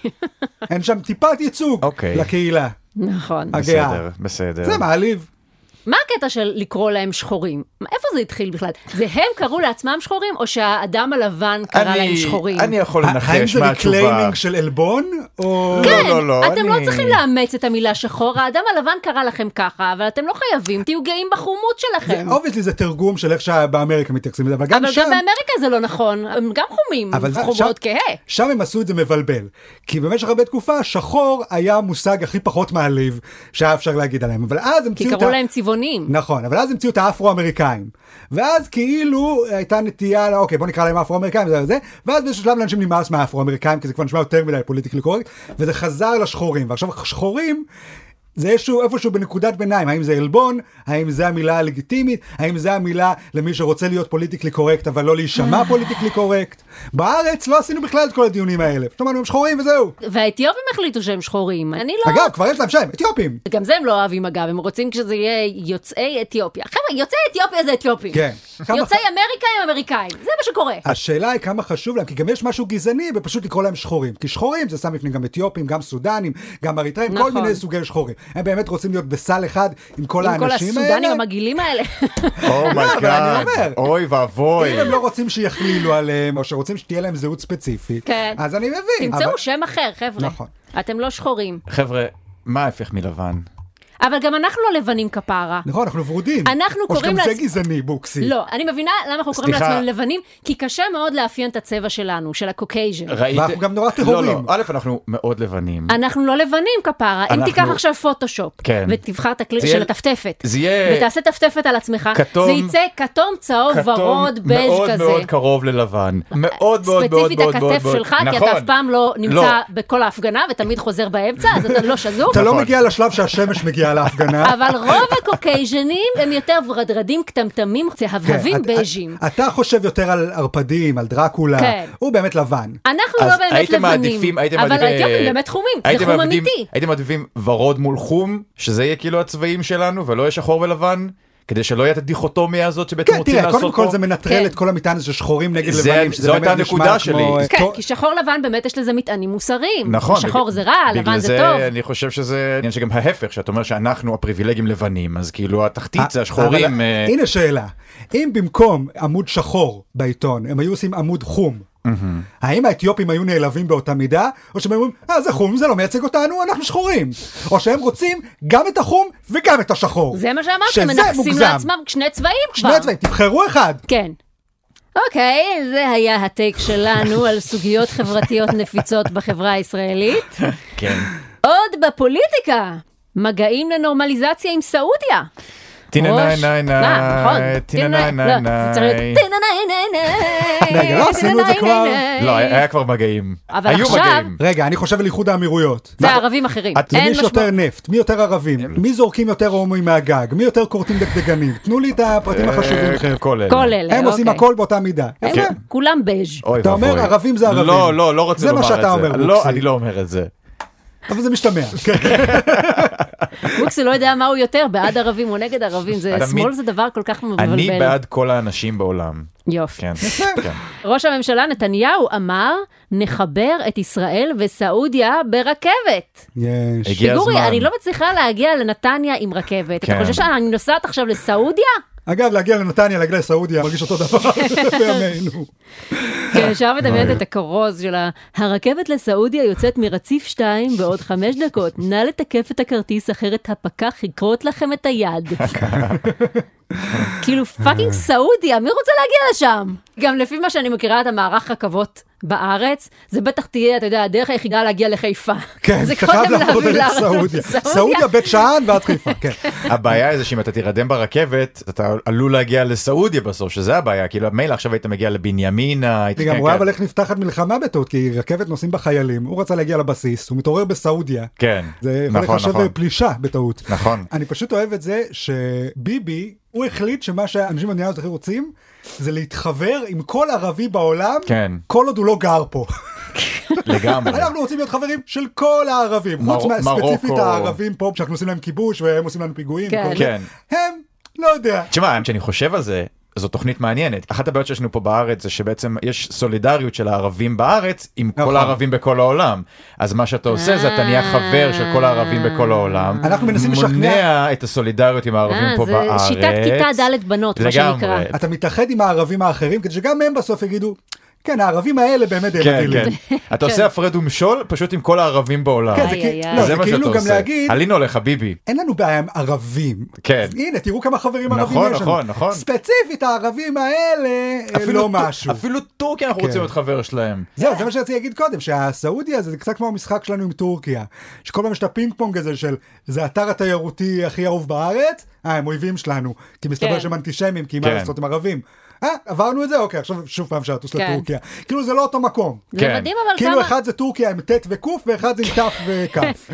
אין שם טיפת ייצוג אוקיי. לקהילה נכון. הגאה. בסדר, בסדר. זה מעליב. מה הקטע של לקרוא להם שחורים? איפה זה התחיל בכלל? זה הם קראו לעצמם שחורים, או שהאדם הלבן קרא אני- להם שחורים? אני יכול האם לנחש זה מה התשובה. ריקליימינג של אלבון? או... כן, לא, לא, אתם אני- לא צריכים לאמץ את המילה שחור, האדם הלבן קרא לכם ככה, אבל אתם לא חייבים, תהיו גאים בחומות שלכם. אובייסלי זה תרגום של איך שבאמריקה מתייחסים לזה, אבל גם אבל שם... גם באמריקה זה לא נכון, הם גם חומים, אבל חומות שם- כהה. שם הם עשו את זה מבלבל. כי במשך הרבה תקופה, שחור היה המושג הכי פחות מעליב שהיה אפשר להגיד עליהם. אבל אז כי המציאו את קראו ה... להם צבעונים. נכון, אבל אז המציאו את האפרו-אמריקאים. ואז כאילו הייתה נטייה, אוקיי, בוא נקרא להם אפרו-אמריקאים, זה וזה, ואז באיזשהו שלב לאנשים נמאס מהאפרו-אמריקאים, כי זה כבר נשמע יותר מדי פוליטיקלי קורקט, וזה חזר לשחורים. ועכשיו שחורים... זה איזשהו, איפשהו בנקודת ביניים, האם זה אלבון, האם זה המילה הלגיטימית, האם זה המילה למי שרוצה להיות פוליטיקלי קורקט, אבל לא להישמע פוליטיקלי קורקט. בארץ לא עשינו בכלל את כל הדיונים האלה. שמענו הם שחורים וזהו. והאתיופים החליטו שהם שחורים, אני לא... אגב, כבר יש להם שם, אתיופים. גם זה הם לא אוהבים אגב, הם רוצים שזה יהיה יוצאי אתיופיה. חבר'ה, יוצאי אתיופיה זה אתיופים. כן. כמה יוצאי אמריקה הם אמריקאים, זה מה שקורה. השאלה היא כמה חשוב להם, כי גם יש משהו גזעני בפשוט לקרוא להם שחורים. כי שחורים זה שם בפנים גם אתיופים, גם סודנים, גם אריתראים, כל נכון. מיני סוגי שחורים. הם באמת רוצים להיות בסל אחד עם כל עם כל האנשים האלה. הסודנים המגעילים האלה. אבל אני אומייגאד. אומר. אוי ואבוי. אם הם לא רוצים שיכלילו עליהם, או שרוצים שתהיה להם זהות ספציפית, כן. אז אני מבין. תמצאו אבל- שם אחר, חבר'ה. נכון. אתם לא שחורים. חבר'ה, מה ההפך מלבן? אבל גם אנחנו לא לבנים כפרה. נכון, אנחנו ורודים. אנחנו או קוראים שגם זה לעצ- גזעני, בוקסי. לא, אני מבינה למה אנחנו קוראים סליחה. לעצמנו לבנים, כי קשה מאוד לאפיין את הצבע שלנו, של הקוקייז'ן. ראית? ואנחנו גם נורא לא, טהורים. לא, א', אנחנו מאוד לבנים. אנחנו לא לבנים כפרה. אם אנחנו- תיקח עכשיו פוטושופ, כן. ותבחר את הכלי זה של יהיה- הטפטפת, זה יהיה- ותעשה טפטפת על עצמך, כתום- זה יצא כתום, צהוב, כתום ורוד, בז' מאוד כזה. מאוד קרוב ללבן. מאוד מאוד מאוד מאוד ספציפית מאוד. הכתף מאוד. שלך, כי נכון. אתה אף פעם לא נמצא לא. בכל ההפגנה, ותמיד חוזר באמצע, אז אתה לא שזוף. אתה לא נכון. מגיע לשלב שהשמש מגיעה להפגנה. אבל רוב הקוקייז'נים הם יותר ורדרדים קטמטמים, צהבהבים כן, את- בז'ים. את- אתה חושב יותר על ערפדים, על דרקולה, כן. הוא באמת לבן. אנחנו אז לא באמת הייתם לבנים, מעדיפים- הייתם אבל מעדיפים- האתיופים באמת חומים, זה הייתם חום מעדיפים- אמיתי. הייתם מעדיפים ורוד מול חום, שזה יהיה כאילו הצבעים שלנו, ולא יהיה שחור ולבן, כדי שלא יהיה את הדיכוטומיה הזאת שבעצם כן, רוצים תראה, לעשות פה. קודם כל זה מנטרל כן. את כל המטען הזה של שחורים נגד זה- לבנים, שזה זו באמת הייתה נשמע הנקודה כמו... שלי. כן, טוב, כי שחור לבן באמת יש לזה מטענים מוסריים. נכון. שחור בגלל- זה רע, לבן בגלל זה טוב. אני חושב שזה עניין שגם ההפך, שאת אומר שאנחנו הפריבילגים לבנים, אז כאילו התחתית זה השחורים. אבל, אה, הנה שאלה, אם במקום עמוד שחור בעיתון, הם היו עושים עמוד חום, האם האתיופים היו נעלבים באותה מידה, או שהם אומרים, אה זה חום, זה לא מייצג אותנו, אנחנו שחורים, או שהם רוצים גם את החום וגם את השחור. זה מה שאמרתי, שזה הם מנכסים מוגזם. לעצמם שני צבעים כבר. שני צבעים, תבחרו אחד. כן. אוקיי, זה היה הטייק שלנו על סוגיות חברתיות נפיצות בחברה הישראלית. כן. עוד בפוליטיקה, מגעים לנורמליזציה עם סעודיה. טינה ניי ניי ניי, טינה ניי ניי ניי. טינה ניי ניי ניי. רגע, לא עשינו את זה כבר? לא, היה כבר מגעים. אבל היו עכשיו- מגעים. רגע, אני חושב על איחוד האמירויות. זה ערבים אחרים. את- למי אין יש משמעות. יותר נפט? מי יותר ערבים? מי זורקים יותר הומואים מהגג? מי יותר כורתים דגדגנים? תנו לי את הפרטים החשובים, חבר'ה. כל אלה. כל אלה, הם עושים אוקיי. הכל באותה מידה. הם יפה. כולם בז'. אוי אתה אומר, ואבוי. ערבים זה ערבים. לא, לא, לא רוצה זה לומר מה את זה. שאתה אומר, לא, בוקסי. אני לא אומר את זה. אבל זה משתמע. בוקסי לא יודע מה הוא יותר, בעד ערבים או נגד ערבים. זה- תמיד- שמאל זה דבר כל כך מבלבל. אני בעד כל האנשים בעולם. יופי. כן. כן. ראש הממשלה נתניהו אמר, נחבר את ישראל וסעודיה ברכבת. יש. הגיע פיגורי, הזמן. אני לא מצליחה להגיע לנתניה עם רכבת. אתה כן. חושב שאני נוסעת עכשיו לסעודיה? אגב, להגיע לנתניה, להגיע לסעודיה, מרגיש אותו דבר בימינו. כן, ישר מדמיינת את הכרוז של ה- הרכבת לסעודיה יוצאת מרציף שתיים בעוד חמש דקות. נא לתקף את הכרטיס, אחרת הפקח יקרוט לכם את היד. כאילו פאקינג סעודיה, מי רוצה להגיע לשם? גם לפי מה שאני מכירה את המערך רכבות בארץ, זה בטח תהיה, אתה יודע, הדרך היחידה להגיע לחיפה. כן, זה אתה חייב קודם לעבור להביא דרך לארץ. סעודיה. סעודיה, בית שאן ועד חיפה, כן. הבעיה היא זה שאם אתה תירדם ברכבת, אתה עלול להגיע לסעודיה בסוף, שזה הבעיה. כאילו, מילא עכשיו היית מגיע לבנימינה, הייתי... אני גם כן, רואה כן. אבל איך נפתחת מלחמה בטעות, כי רכבת נוסעים בחיילים, הוא רצה להגיע לבסיס, הוא מתעורר בסעודיה. כן, זה יכול נכון, לחשב נכון. פלישה בטעות. נכון. אני פשוט אוהב את זה שביבי, הוא החליט שמה שאנשים במדינה הזאת הכי רוצים, זה להתחבר עם כל ערבי בעולם, כן. כל עוד הוא לא גר פה. לגמרי. אנחנו רוצים להיות חברים של כל הערבים, חוץ מר- מהספציפית מרוקו. הערבים פה, שאנחנו עושים להם כיבוש והם עושים לנו פיגועים. כן. וכל זה. כן. הם, לא יודע. תשמע, כשאני חושב על זה, זו תוכנית מעניינת. אחת הבעיות שיש לנו פה בארץ זה שבעצם יש סולידריות של הערבים בארץ עם נכון. כל הערבים בכל העולם. אז מה שאתה עושה זה אתה נהיה חבר של כל הערבים בכל העולם. אנחנו מנסים לשכנע. מונע את הסולידריות עם הערבים אה, פה זה בארץ. שיטת כיתה ד' בנות, מה שנקרא. לגמרי. אתה מתאחד עם הערבים האחרים, כדי שגם הם בסוף יגידו, כן, הערבים האלה באמת הם כן, מגעילים. כן. אתה עושה הפרד ומשול פשוט עם כל הערבים בעולם. כן, זה איי, כי- איי, לא, איי. זה זה מה כאילו שאתה גם עושה. להגיד, עלינו עליך ביבי. אין לנו בעיה עם ערבים. כן. הנה, תראו כמה חברים נכון, ערבים יש לנו. נכון, נכון. ספציפית, הערבים האלה, אה, לא טור- משהו. אפילו טורקיה אנחנו כן. רוצים להיות חבר שלהם. זהו, זה מה שרציתי להגיד קודם, שהסעודיה זה קצת כמו המשחק שלנו עם טורקיה. שכל פעם יש את הפינג פונג הזה של, זה האתר התיירותי הכי אהוב בארץ, אה, הם אויבים שלנו, כי מסתבר כן. שהם אנטישמים, כי מה כן. לעשות עם ערבים. אה, עברנו את זה? אוקיי, עכשיו שוב פעם שאטוס כן. לטורקיה. כאילו זה לא אותו מקום. זה כן. מדהים אבל כאילו כמה... אחד זה טורקיה עם ט' וקוף, ואחד זה עם ת' וכף.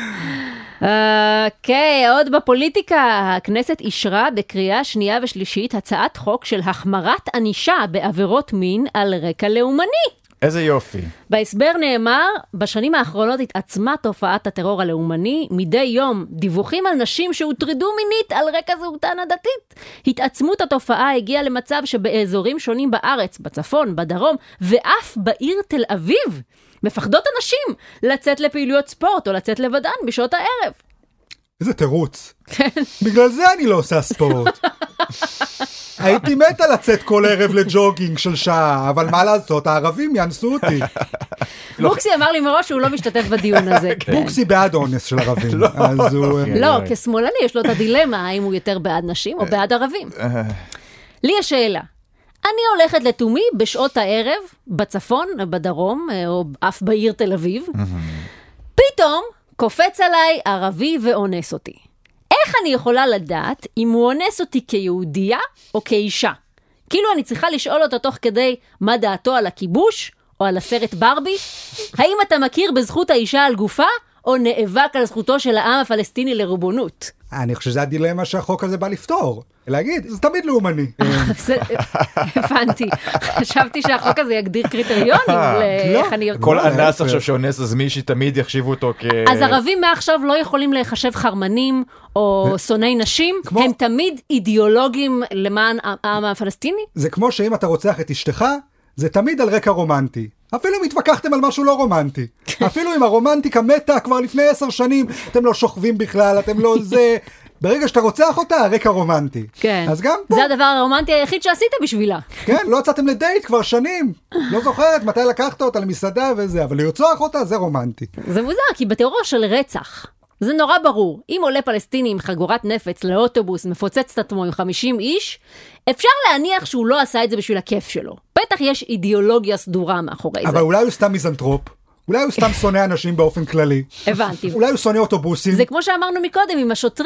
אוקיי, עוד בפוליטיקה, הכנסת אישרה בקריאה שנייה ושלישית הצעת חוק של החמרת ענישה בעבירות מין על רקע לאומני. איזה יופי. בהסבר נאמר, בשנים האחרונות התעצמה תופעת הטרור הלאומני, מדי יום דיווחים על נשים שהוטרדו מינית על רקע זהותן הדתית. התעצמות התופעה הגיעה למצב שבאזורים שונים בארץ, בצפון, בדרום, ואף בעיר תל אביב, מפחדות הנשים לצאת לפעילויות ספורט או לצאת לבדן בשעות הערב. איזה תירוץ. בגלל זה אני לא עושה ספורט. הייתי מתה לצאת כל ערב לג'וגינג של שעה, אבל מה לעשות, הערבים יאנסו אותי. בוקסי אמר לי מראש שהוא לא משתתף בדיון הזה. בוקסי בעד אונס של ערבים. אז הוא... לא, כשמאלני יש לו את הדילמה, האם הוא יותר בעד נשים או בעד ערבים. לי יש שאלה. אני הולכת לתומי בשעות הערב, בצפון, בדרום, או אף בעיר תל אביב. פתאום קופץ עליי ערבי ואונס אותי. איך אני יכולה לדעת אם הוא אונס אותי כיהודייה או כאישה? כאילו אני צריכה לשאול אותו תוך כדי מה דעתו על הכיבוש או על הסרט ברבי? האם אתה מכיר בזכות האישה על גופה או נאבק על זכותו של העם הפלסטיני לריבונות? אני חושב שזה הדילמה שהחוק הזה בא לפתור. להגיד, זה תמיד לאומני. זה- הבנתי. חשבתי שהחוק הזה יגדיר קריטריונים לאיך אני... כל לא, אנס להפך. עכשיו שאונס אז מישהי תמיד יחשיבו אותו כ... אז ערבים מעכשיו לא יכולים להיחשב חרמנים או שונאי נשים? כמו- הם תמיד אידיאולוגים למען העם הפלסטיני? זה כמו שאם אתה רוצח את אשתך, זה תמיד על רקע רומנטי. אפילו אם התווכחתם על משהו לא רומנטי. אפילו אם הרומנטיקה מתה כבר לפני עשר שנים, אתם לא שוכבים בכלל, אתם לא זה... ברגע שאתה רוצח אותה, הרקע רומנטי. כן. אז גם פה, זה הדבר הרומנטי היחיד שעשית בשבילה. כן, לא יצאתם לדייט כבר שנים. לא זוכרת מתי לקחת אותה למסעדה וזה, אבל לרצוח אותה זה רומנטי. זה מוזר, כי בטרור של רצח, זה נורא ברור. אם עולה פלסטיני עם חגורת נפץ לאוטובוס, מפוצץ את עצמו עם חמישים איש, אפשר להניח שהוא לא עשה את זה בשביל הכיף שלו. בטח יש אידיאולוגיה סדורה מאחורי זה. אבל אולי הוא סתם מיזנטרופ. אולי הוא סתם שונא אנשים באופן כללי. הבנתי. אולי הוא שונא אוטובוסים. זה כמו שאמרנו מקודם עם השוטרים.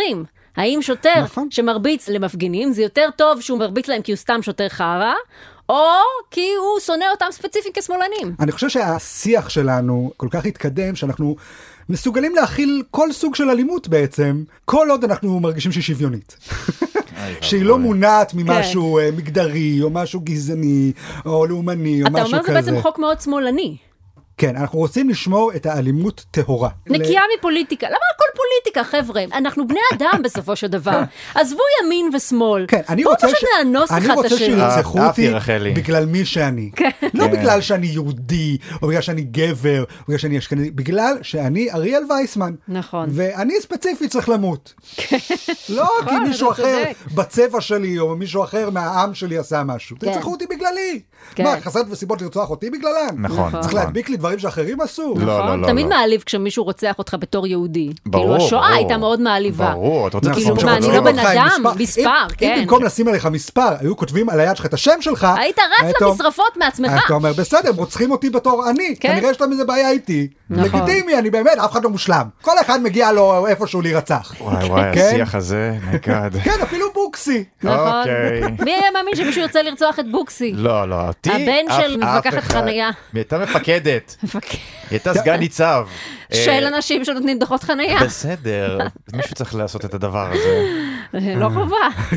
האם שוטר נכון. שמרביץ למפגינים, זה יותר טוב שהוא מרביץ להם כי הוא סתם שוטר חרה, או כי הוא שונא אותם ספציפית כשמאלנים. אני חושב שהשיח שלנו כל כך התקדם, שאנחנו מסוגלים להכיל כל סוג של אלימות בעצם, כל עוד אנחנו מרגישים שהיא שוויונית. שהיא לא מונעת ממשהו כן. מגדרי, או משהו גזעני, או לאומני, או משהו כזה. אתה אומר זה בעצם חוק מאוד שמאלני. כן, אנחנו רוצים לשמור את האלימות טהורה. נקייה מפוליטיקה. למה הכל פוליטיקה, חבר'ה? אנחנו בני אדם בסופו של דבר. עזבו ימין ושמאל. כן, אני בואו רוצה פשוט נאנוס אחד את אני רוצה השני. שירצחו אהבתי, אותי רחלי. בגלל מי שאני. לא בגלל שאני יהודי, או בגלל שאני גבר, או בגלל שאני אשכנזי, בגלל שאני אריאל וייסמן. נכון. ואני ספציפית צריך למות. לא כי מישהו אתה אחר צודק. בצבע שלי, או מישהו אחר מהעם שלי עשה משהו. תרצחו אותי בגללי. כן. מה, חסרת וסיבות לרצוח אותי בגללן? נכון, צריך נכון. להדביק לי דברים שאחרים עשו? לא, לא, נכון? לא, תמיד לא. מעליב כשמישהו רוצח אותך בתור יהודי. ברור, כאילו השואה ברור. הייתה מאוד מעליבה. ברור, אתה רוצה כאילו, לחשוב מה, אני שלא- לא בן אותך עם אדם, מספר. מספר, אם- כן. אם במקום לשים עליך מספר, היו כותבים על היד שלך את השם שלך, היית רץ היית- למשרפות מעצמך. אתה אומר, בסדר, הם רוצחים אותי בתור אני, כן. כנראה יש להם איזה בעיה איתי. נכון. לגיטימי, אני באמת, אף אחד לא מושלם. כל אחד מגיע לו איפשהו להירצח. וואי וואי, כן? השיח הזה, נגד. כן, אפילו בוקסי. נכון. אוקיי. מי היה מאמין שמישהו ירצה לרצוח את בוקסי? לא, לא, אותי הבן אף- של אף מפקחת אחד. חנייה. היא הייתה מפקדת, היא הייתה סגן ניצב. של אה, אנשים שנותנים דוחות חנייה. בסדר, מישהו צריך לעשות את הדבר הזה. לא חובה.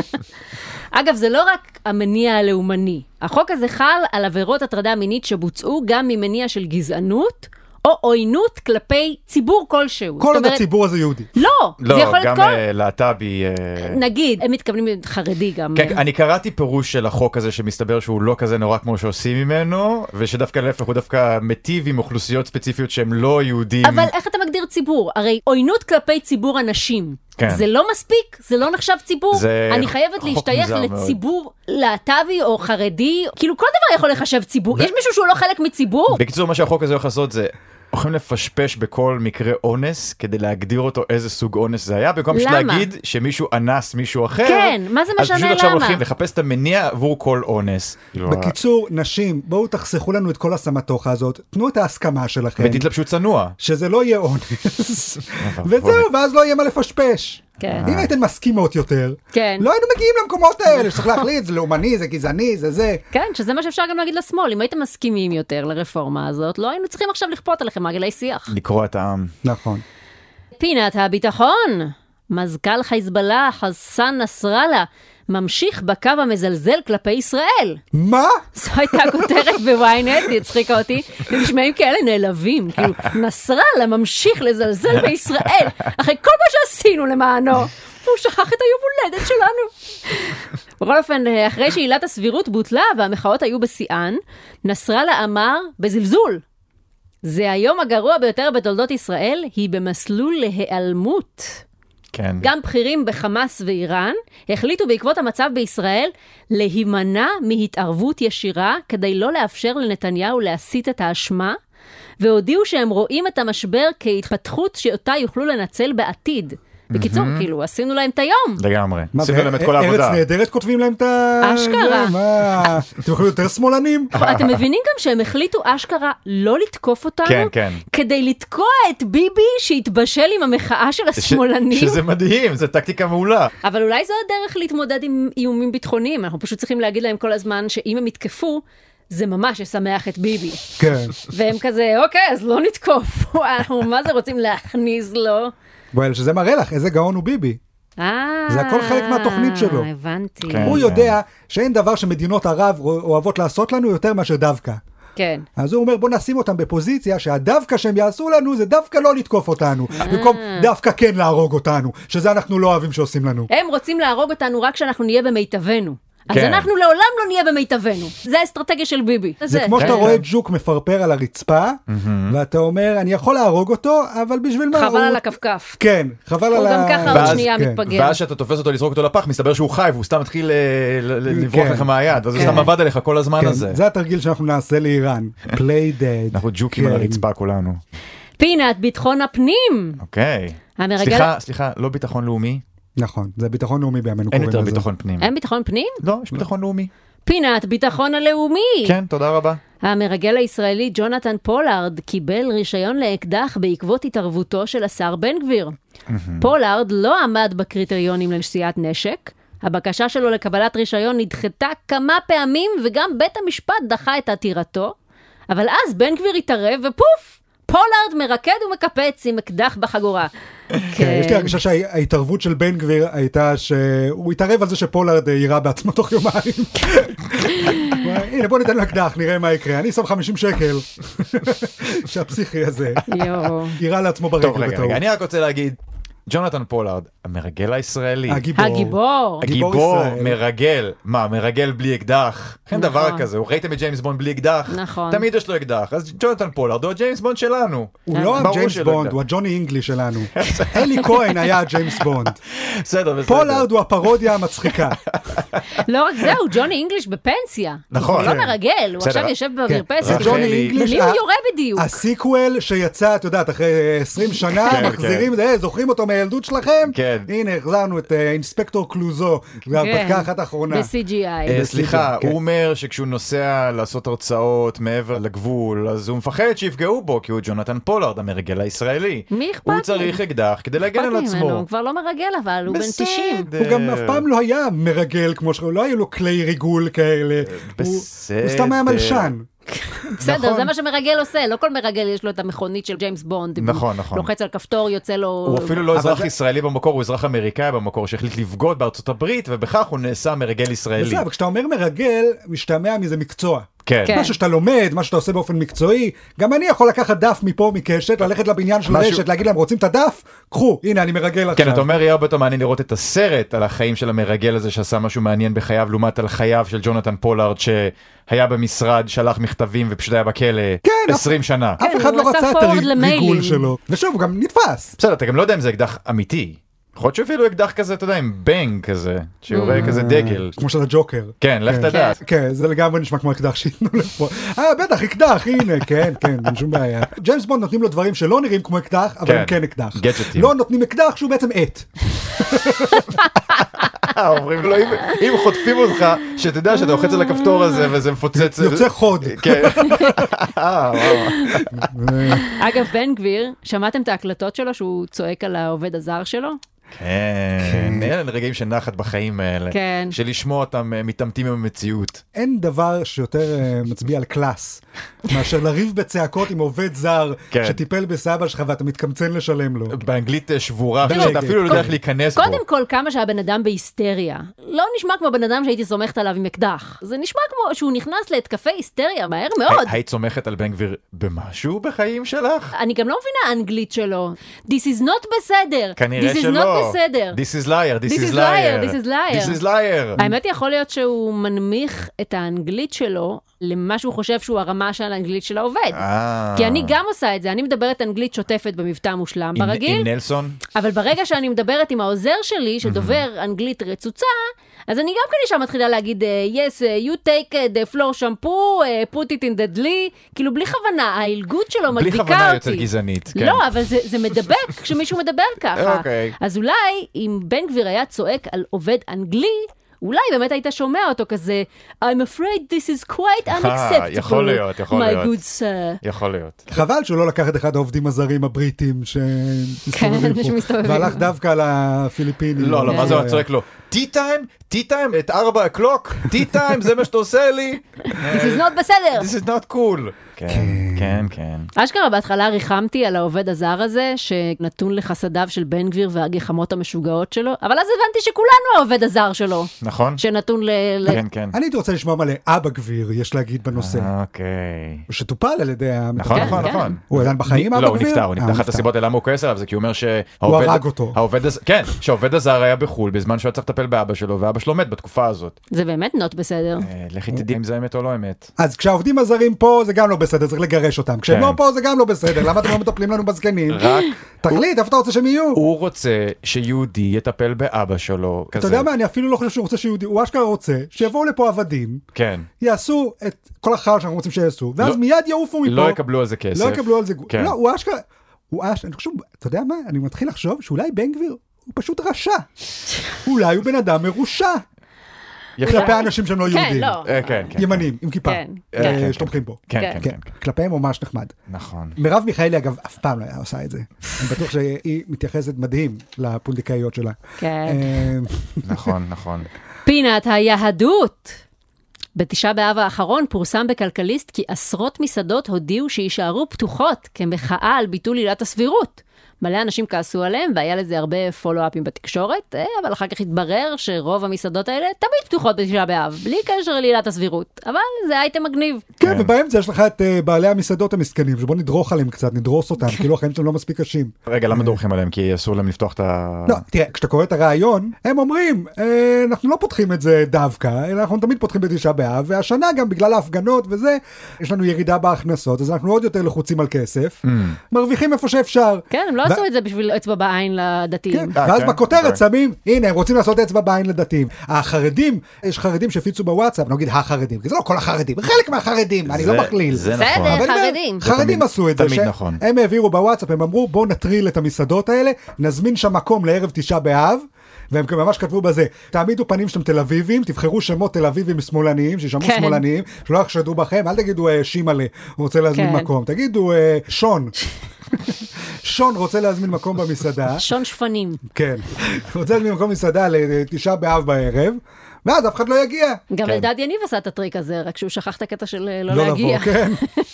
אגב, זה לא רק המניע הלאומני. החוק הזה חל על עבירות הטרדה מינית שבוצעו גם ממניע של גזענות, או עוינות כלפי ציבור כלשהו. כל זאת עוד אומרת, הציבור הזה יהודי. לא, זה לא, יכול להיות גם כל... אה, להט"בי. אה, נגיד, הם מתכוונים חרדי גם. כן, אני קראתי פירוש של החוק הזה שמסתבר שהוא לא כזה נורא כמו שעושים ממנו, ושדווקא להפך הוא דווקא מטיב עם אוכלוסיות ספציפיות שהם לא יהודים. אבל איך אתה מגדיר ציבור? הרי עוינות כלפי ציבור אנשים. כן. זה לא מספיק, זה לא נחשב ציבור. זה אני חייבת חוק להשתייך מוזר מאוד. לציבור להט"בי או חרדי, כאילו כל דבר יכול לחשב ציבור. יש מישהו שהוא לא חלק מציבור? בקיצור, מה שהחוק הזה הולך לעשות זה, יכולים לפשפש בכל מקרה אונס, כדי להגדיר אותו איזה סוג אונס זה היה, במקום למה? להגיד שמישהו אנס מישהו אחר. כן, מה זה משנה אז פשוט עכשיו למה? הולכים לחפש את המניע עבור כל אונס. כאילו, בקיצור, נשים, בואו תחסכו לנו את כל הסמטוחה הזאת, תנו את ההסכמה שלכם, ותתלבשו צנוע. שזה לא יהיה אונס, וזהו, ואז לא יהיה מה לפשפש. כן. אם הייתן מסכימות יותר, כן. לא היינו מגיעים למקומות האלה, שצריך להחליט, זה לאומני, זה גזעני, זה זה. כן, שזה מה שאפשר גם להגיד לשמאל. אם הייתם מסכימים יותר לרפורמה הזאת, לא היינו צריכים עכשיו לכפות עליכם מעגלי שיח. לקרוא את העם. נכון. פינת הביטחון. מזכ"ל חיזבאללה, חסן נסראללה, ממשיך בקו המזלזל כלפי ישראל. מה? זו הייתה כותרת בוויינט, היא הצחיקה אותי, הם נשמעים כאלה נעלבים, כאילו, נסראללה ממשיך לזלזל בישראל, אחרי כל מה שעשינו למענו, והוא שכח את היום הולדת שלנו. בכל אופן, אחרי שעילת הסבירות בוטלה והמחאות היו בשיאן, נסראללה אמר בזלזול, זה היום הגרוע ביותר בתולדות ישראל, היא במסלול להיעלמות. כן. גם בכירים בחמאס ואיראן החליטו בעקבות המצב בישראל להימנע מהתערבות ישירה כדי לא לאפשר לנתניהו להסיט את האשמה, והודיעו שהם רואים את המשבר כהתפתחות שאותה יוכלו לנצל בעתיד. בקיצור, כאילו, עשינו להם את היום. לגמרי. מה עשינו זה, להם את כל ארץ העבודה. נהדרת כותבים להם את ה... אשכרה. זה, מה? אתם יכולים יותר שמאלנים? אתם מבינים גם שהם החליטו אשכרה לא לתקוף אותנו? כן, כן. כדי לתקוע את ביבי שהתבשל עם המחאה של השמאלנים? שזה מדהים, זה טקטיקה מעולה. אבל אולי זו הדרך להתמודד עם איומים ביטחוניים. אנחנו פשוט צריכים להגיד להם כל הזמן שאם הם יתקפו, זה ממש ישמח את ביבי. כן. והם כזה, אוקיי, אז לא נתקוף. אנחנו מה זה רוצים להכניס לו? בואי, שזה מראה לך איזה גאון הוא ביבי. אה, זה הכל חלק מהתוכנית שלו. הבנתי. כן. הוא יודע שאין דבר שמדינות ערב אוהבות לעשות לנו יותר מאשר דווקא. כן. אז הוא אומר, בוא נשים אותם בפוזיציה שהדווקא שהם יעשו לנו זה דווקא לא לתקוף אותנו, במקום דווקא כן להרוג אותנו, שזה אנחנו לא אוהבים שעושים לנו. הם רוצים להרוג אותנו רק כשאנחנו נהיה במיטבנו. אז כן. אנחנו לעולם לא נהיה במיטבנו. זה האסטרטגיה של ביבי. זה כמו שאתה כן. רואה ג'וק מפרפר על הרצפה, ואתה אומר, אני יכול להרוג אותו, אבל בשביל מה? חבל הוא- על הכפכף. כן, חבל על הוא ה... גם ככה עוד ואז- שנייה כן. מתפגר. ואז שאתה תופס אותו לזרוק אותו לפח, מסתבר שהוא חי, והוא סתם מתחיל אה, ל- ל- לברוח כן. לך מהיד, אז הוא כן. סתם עבד עליך כל הזמן כן, הזה. זה התרגיל שאנחנו נעשה לאיראן. play dead. אנחנו ג'וקים על כן. הרצפה כולנו. פינת ביטחון הפנים. אוקיי. המרגל- סליחה, סליחה, לא ביטחון לאומי? נכון, זה ביטחון לאומי בימינו אין קוראים יותר לזה. ביטחון פנים. אין ביטחון פנים? לא, יש ביטחון לאומי. פינת ביטחון הלאומי. כן, תודה רבה. המרגל הישראלי ג'ונתן פולארד קיבל רישיון לאקדח בעקבות התערבותו של השר בן גביר. פולארד לא עמד בקריטריונים לנשיאת נשק. הבקשה שלו לקבלת רישיון נדחתה כמה פעמים, וגם בית המשפט דחה את עתירתו. אבל אז בן גביר התערב ופוף! פולארד מרקד ומקפץ עם אקדח בחגורה. כן, יש לי הרגשה שההתערבות של בן גביר הייתה שהוא התערב על זה שפולארד יירה בעצמו תוך יומיים. הנה בוא ניתן לו אקדח, נראה מה יקרה. אני שם חמישים שקל. שהפסיכי הזה יירה לעצמו ברגל. טוב רגע, רגע, אני רק רוצה להגיד, ג'ונתן פולארד, המרגל הישראלי. הגיבור. הגיבור. הגיבור מרגל. מה, מרגל בלי אקדח? אין דבר כזה. ראיתם את ג'יימס בונד בלי אקדח? נכון. תמיד יש לו אקדח. אז ג'ונתן פולארד הוא הג'יימס בונד שלנו. הוא לא הג'יימס בונד, הוא הג'וני אינגלי שלנו. אלי כהן היה הג'יימס בונד. בסדר, בסדר. פולארד הוא הפרודיה המצחיקה. לא רק זה, הוא ג'וני אינגליש בפנסיה. נכון. הוא לא מרגל, הוא עכשיו יושב במרפסת. ג'וני אינגליש. למי הוא יורה בדיוק? הסיקוול שיצא, את יודעת, אחרי עשרים שנה, מחזירים, זוכרים אותו מהילדות שלכם? כן. הנה, החזרנו את אינספקטור קלוזו, והרפתקה אחת האחרונה. ב-סי ג'י איי. סליחה, הוא אומר שכשהוא נוסע לעשות הרצאות מעבר לגבול, אז הוא מפחד שיפגעו בו, כי הוא ג'ונתן פולארד, המרגל הישראלי. מי אכפת? הוא צריך אקדח כדי להגן על עצמו. הוא כבר לא מרגל, אבל הוא בן תשעים. הוא גם אף פעם לא היה מרגל כמו שלו, לא היו לו כלי ריגול כאלה. בסדר. הוא סתם היה מלשן. בסדר, זה מה שמרגל עושה, לא כל מרגל יש לו את המכונית של ג'יימס בונד. נכון, נכון. לוחץ על כפתור, יוצא לו... הוא אפילו לא אזרח ישראלי במקור, הוא אזרח אמריקאי במקור, שהחליט לבגוד בארצות הברית, ובכך הוא נעשה מרגל ישראלי. בסדר, אבל כשאתה אומר מרגל, משתמע מזה מקצוע. כן. משהו שאתה לומד, מה שאתה עושה באופן מקצועי. גם אני יכול לקחת דף מפה מקשת, ללכת לבניין של רשת, להגיד להם, רוצים את הדף? קחו, הנה, אני מרגל עכשיו. כן, אתה אומר, יהיה הרבה יותר מעניין לראות את הסרט על החיים של המרגל הזה, שעשה משהו מעניין בחייו, לעומת על חייו של ג'ונתן פולארד, שהיה במשרד, שלח מכתבים ופשוט היה בכלא עשרים שנה. אף אחד לא רצה את הריגול שלו. ושוב, הוא גם נתפס. בסדר, אתה גם לא יודע אם זה אקדח אמיתי. יכול להיות שאפילו אקדח כזה, אתה יודע, עם בנג כזה, שיורה כזה דגל. כמו של הג'וקר. כן, לך תדע. כן, זה לגמרי נשמע כמו אקדח שיתנו לפה. אה, בטח, אקדח, הנה, כן, כן, אין שום בעיה. ג'יימס בונד נותנים לו דברים שלא נראים כמו אקדח, אבל הם כן אקדח. גדג'טים. לא נותנים אקדח שהוא בעצם עט. אומרים לו, אם חוטפים אותך, שתדע שאתה לוחץ על הכפתור הזה וזה מפוצץ. יוצא חוד. כן. אגב, בן גביר, שמעתם את ההקלטות שלו שהוא צועק על העובד הזר שלו? כן, אלה רגעים של נחת בחיים האלה, שלשמוע אותם מתעמתים עם המציאות. אין דבר שיותר מצביע על קלאס, מאשר לריב בצעקות עם עובד זר שטיפל בסבא שלך ואתה מתקמצן לשלם לו. באנגלית שבורה, שאתה אפילו לא יודע איך להיכנס בו. קודם כל, כמה שהבן אדם בהיסטריה. לא נשמע כמו בן אדם שהייתי סומכת עליו עם אקדח. זה נשמע כמו שהוא נכנס להתקפי היסטריה מהר מאוד. היית סומכת על בן גביר במשהו בחיים שלך? אני גם לא מבינה האנגלית שלו. This is not בסדר. כנראה שלא. בסדר. This is liar, this, this is is liar, this is liar. This is liar. האמת יכול להיות שהוא מנמיך את האנגלית שלו למה שהוא חושב שהוא הרמה של האנגלית של העובד. כי אני גם עושה את זה, אני מדברת אנגלית שוטפת במבטא מושלם ברגיל. עם נלסון? אבל ברגע שאני מדברת עם העוזר שלי, שדובר אנגלית רצוצה, אז אני גם כאן שם מתחילה להגיד, yes, you take the floor shampoo, put it in the deli, כאילו בלי כוונה, ההילגות שלו מדביקה אותי. בלי כוונה יוצאת גזענית, כן. לא, אבל זה, זה מדבק כשמישהו מדבר ככה. אוקיי. אז אולי אם בן גביר היה צועק על עובד אנגלי, אולי באמת היית שומע אותו כזה, I'm afraid this is quite unacceptable. יכול להיות, יכול להיות. My good sir. יכול להיות. חבל שהוא לא לקח את אחד העובדים הזרים הבריטים שמסתובבים פה, והלך דווקא על הפיליפינים. לא, לא, מה זה הוא צועק לו? tea time? tea time? את ארבע הקלוק? tea time? זה מה שאתה עושה לי? This is not בסדר. This is not cool. כן, כן, כן. אשכרה בהתחלה ריחמתי על העובד הזר הזה, שנתון לחסדיו של בן גביר והגחמות המשוגעות שלו, אבל אז הבנתי שכולנו העובד הזר שלו. נכון. שנתון ל... כן, כן. אני הייתי רוצה לשמוע מלא אבא גביר, יש להגיד בנושא. אוקיי. שטופל על ידי... נכון, נכון, נכון. הוא עדיין בחיים אבא לא, הוא גביר? נפטר, הוא נפטר. אחת הסיבות למה הוא כועס עליו זה כי הוא אומר הוא הרג אותו. כן, שהעובד הזר היה בחול בזמן שהוא צריך לטפל באבא שלו, ואבא שלו מת בתקופה הזאת. זה באמת not בסדר. לכי תדעי אם זה אמת או לא אמת. אז כשהעובדים הזרים פה זה גם לא בסדר, צריך לגרש אותם. כשהם לא פה זה גם לא בסדר, למה אתם לא מטפלים לנו בזקנים? רק... תחליט, איפה אתה רוצה שהם יהיו? הוא רוצה שיהודי יטפל באבא שלו. אתה יודע מה, אני אפילו לא חושב שהוא רוצה שיהודי, הוא אשכרה רוצה שיבואו לפה עבדים, כן. יעשו את כל החל שאנחנו רוצים שיעשו, ואז מיד יעופו מפה. לא יקבלו על זה כסף. לא יקבלו על זה... לא, הוא אשכרה... הוא אשכרה... אני חושב, אתה יודע מה? אני מתחיל לחשוב שאולי בן גביר הוא פשוט רשע. אולי הוא בן אדם מרושע. כלפי האנשים שהם לא כן, יהודים. לא. אה, כן, כן. ימנים, עם כיפה. כן, אה, כן. שתומכים בו. כן, כן. כן, כן, כן, כן. כלפיהם ממש נחמד. נכון. מרב מיכאלי, אגב, אף פעם לא היה עושה את זה. אני בטוח שהיא מתייחסת מדהים לפונדקאיות שלה. כן. אה, נכון, נכון. פינת היהדות. בתשעה באב האחרון פורסם בכלכליסט כי עשרות מסעדות הודיעו שיישארו פתוחות כמחאה על ביטול עילת הסבירות. מלא אנשים כעסו עליהם, והיה לזה הרבה פולו-אפים בתקשורת, אבל אחר כך התברר שרוב המסעדות האלה תמיד פתוחות בתשעה באב, בלי קשר לעילת הסבירות. אבל זה אייטם מגניב. כן, ובאמצע יש לך את uh, בעלי המסעדות המסכנים, שבוא נדרוך עליהם קצת, נדרוס אותם, כאילו החיים שלהם לא מספיק קשים. רגע, למה דורכים עליהם? כי אסור להם לפתוח את ה... לא, תראה, כשאתה קורא את הרעיון, הם אומרים, אה, אנחנו לא פותחים את זה דווקא, אלא אנחנו תמיד פותחים בתשעה באב, והשנה גם בגלל ההפגנות וזה, יש לנו ירידה בהכנסות, אז אנחנו עוד יותר לחוצים על כסף, מרוויחים איפה שאפשר. כן, הם לא עשו את זה בשביל אצבע בעין לדתיים. כן, אה, ואז כן? בכותרת אוקיי. שמים, הנה, הם רוצים לעשות אצבע בעין לדתיים. החרדים, יש חרדים שהפיצו בוואטסאפ, נגיד החרדים, כי זה לא כל החרדים, חלק מהחרדים, אני זה- לא מכליל. זה בסדר. נכון. אבל הם- חרדים. חרדים תמיד- עשו את זה, תמיד שהם- נכון. הם העבירו בוואטסאפ, הם אמרו בואו נטריל את המסעדות האלה, נזמין שם מקום לערב תשעה באב, והם ממש כתבו בזה, תעמידו פנים שאתם תל אביבים, תבחרו שמות תל אביבים שמאלניים, שישמעו כן. שמאלניים, שלא יחשדו בכם, אל תגידו אה, שימלה, הוא רוצה להזמין כן. מקום, תגידו אה, שון, שון רוצה להזמין מקום במסעדה, שון שפנים. כן, הוא רוצה להזמין מקום במסעדה לתשעה באב בערב, ואז אף אחד לא יגיע. גם כן. אלדד יניב עשה את הטריק הזה, רק שהוא שכח את הקטע של אה, לא לא להגיע. לבוא, כן.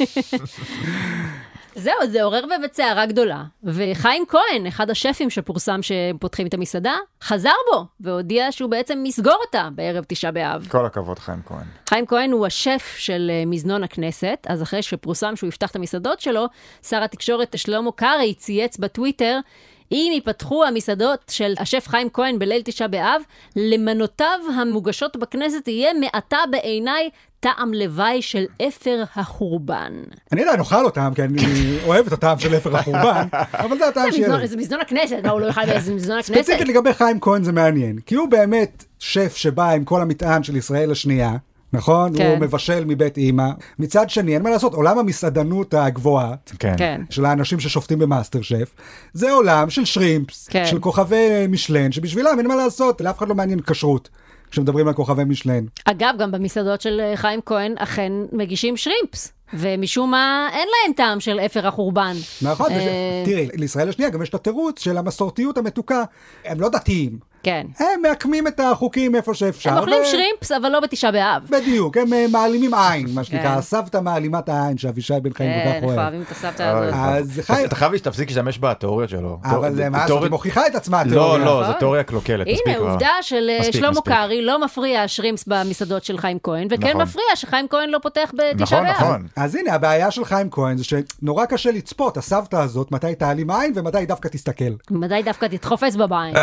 זהו, זה עורר באמת סערה גדולה. וחיים כהן, אחד השפים שפורסם שפותחים את המסעדה, חזר בו, והודיע שהוא בעצם מסגור אותה בערב תשעה באב. כל הכבוד, חיים כהן. חיים כהן הוא השף של אה, מזנון הכנסת, אז אחרי שפורסם שהוא יפתח את המסעדות שלו, שר התקשורת שלמה קרעי צייץ בטוויטר, אם ייפתחו המסעדות של השף חיים כהן בליל תשעה באב, למנותיו המוגשות בכנסת יהיה מעתה בעיניי טעם לוואי של אפר החורבן. אני עדיין אוכל אותם, כי אני אוהב את הטעם של אפר החורבן, אבל זה הטעם זה שיש. מזנון- זה מזנון הכנסת, מה הוא לא יאכל באיזה מזנון הכנסת? ספציפית לגבי חיים כהן זה מעניין, כי הוא באמת שף שבא עם כל המטען של ישראל השנייה, נכון? כן. הוא מבשל מבית אימא. מצד שני, אין מה לעשות, עולם המסעדנות הגבוהה, כן. כן. של האנשים ששופטים במאסטר שף, זה עולם של שרימפס, כן. של כוכבי משלן, שבשבילם אין מה לעשות, לאף אחד לא מעניין כשרות, כשמדברים על כוכבי משלן. אגב, גם במסעדות של אה, חיים כהן אכן מגישים שרימפס, ומשום מה אין להם טעם של אפר החורבן. נכון, אה, וש- תראי, לישראל השנייה גם יש את התירוץ של המסורתיות המתוקה, הם לא דתיים. כן. הם מעקמים את החוקים איפה שאפשר. הם אוכלים ו- שרימפס, אבל לא בתשעה באב. בדיוק, הם אה, מעלימים עין, מה שנקרא, כן. הסבתא מעלימת העין שאבישי בן חיים כל כן, כך אנחנו אוהב. אוהבים את הסבתא הזאת. אז חיים, אתה חייב שתפסיק להשתמש בתיאוריות שלו. אבל תיאור- מה לעשות, תיאוריות- היא מוכיחה את עצמה, לא, התיאוריה. לא, נכון. זו תיאוריה קלוקלת. מספיק הנה, כבר. עובדה של אה, מספיק, שלמה מספיק. קרעי לא מפריע השרימפס במסעדות של חיים כהן, וכן נכון. מפריע שחיים כהן לא פותח בתשעה נכון, באב. נכון. אז הנה, הבעיה של חיים כהן זה שנורא קשה לצפות, הסבתא הזאת, מתי תעלים עין ומתי היא דווקא תסתכל. מדי דווקא תדחוף אצבע בעין.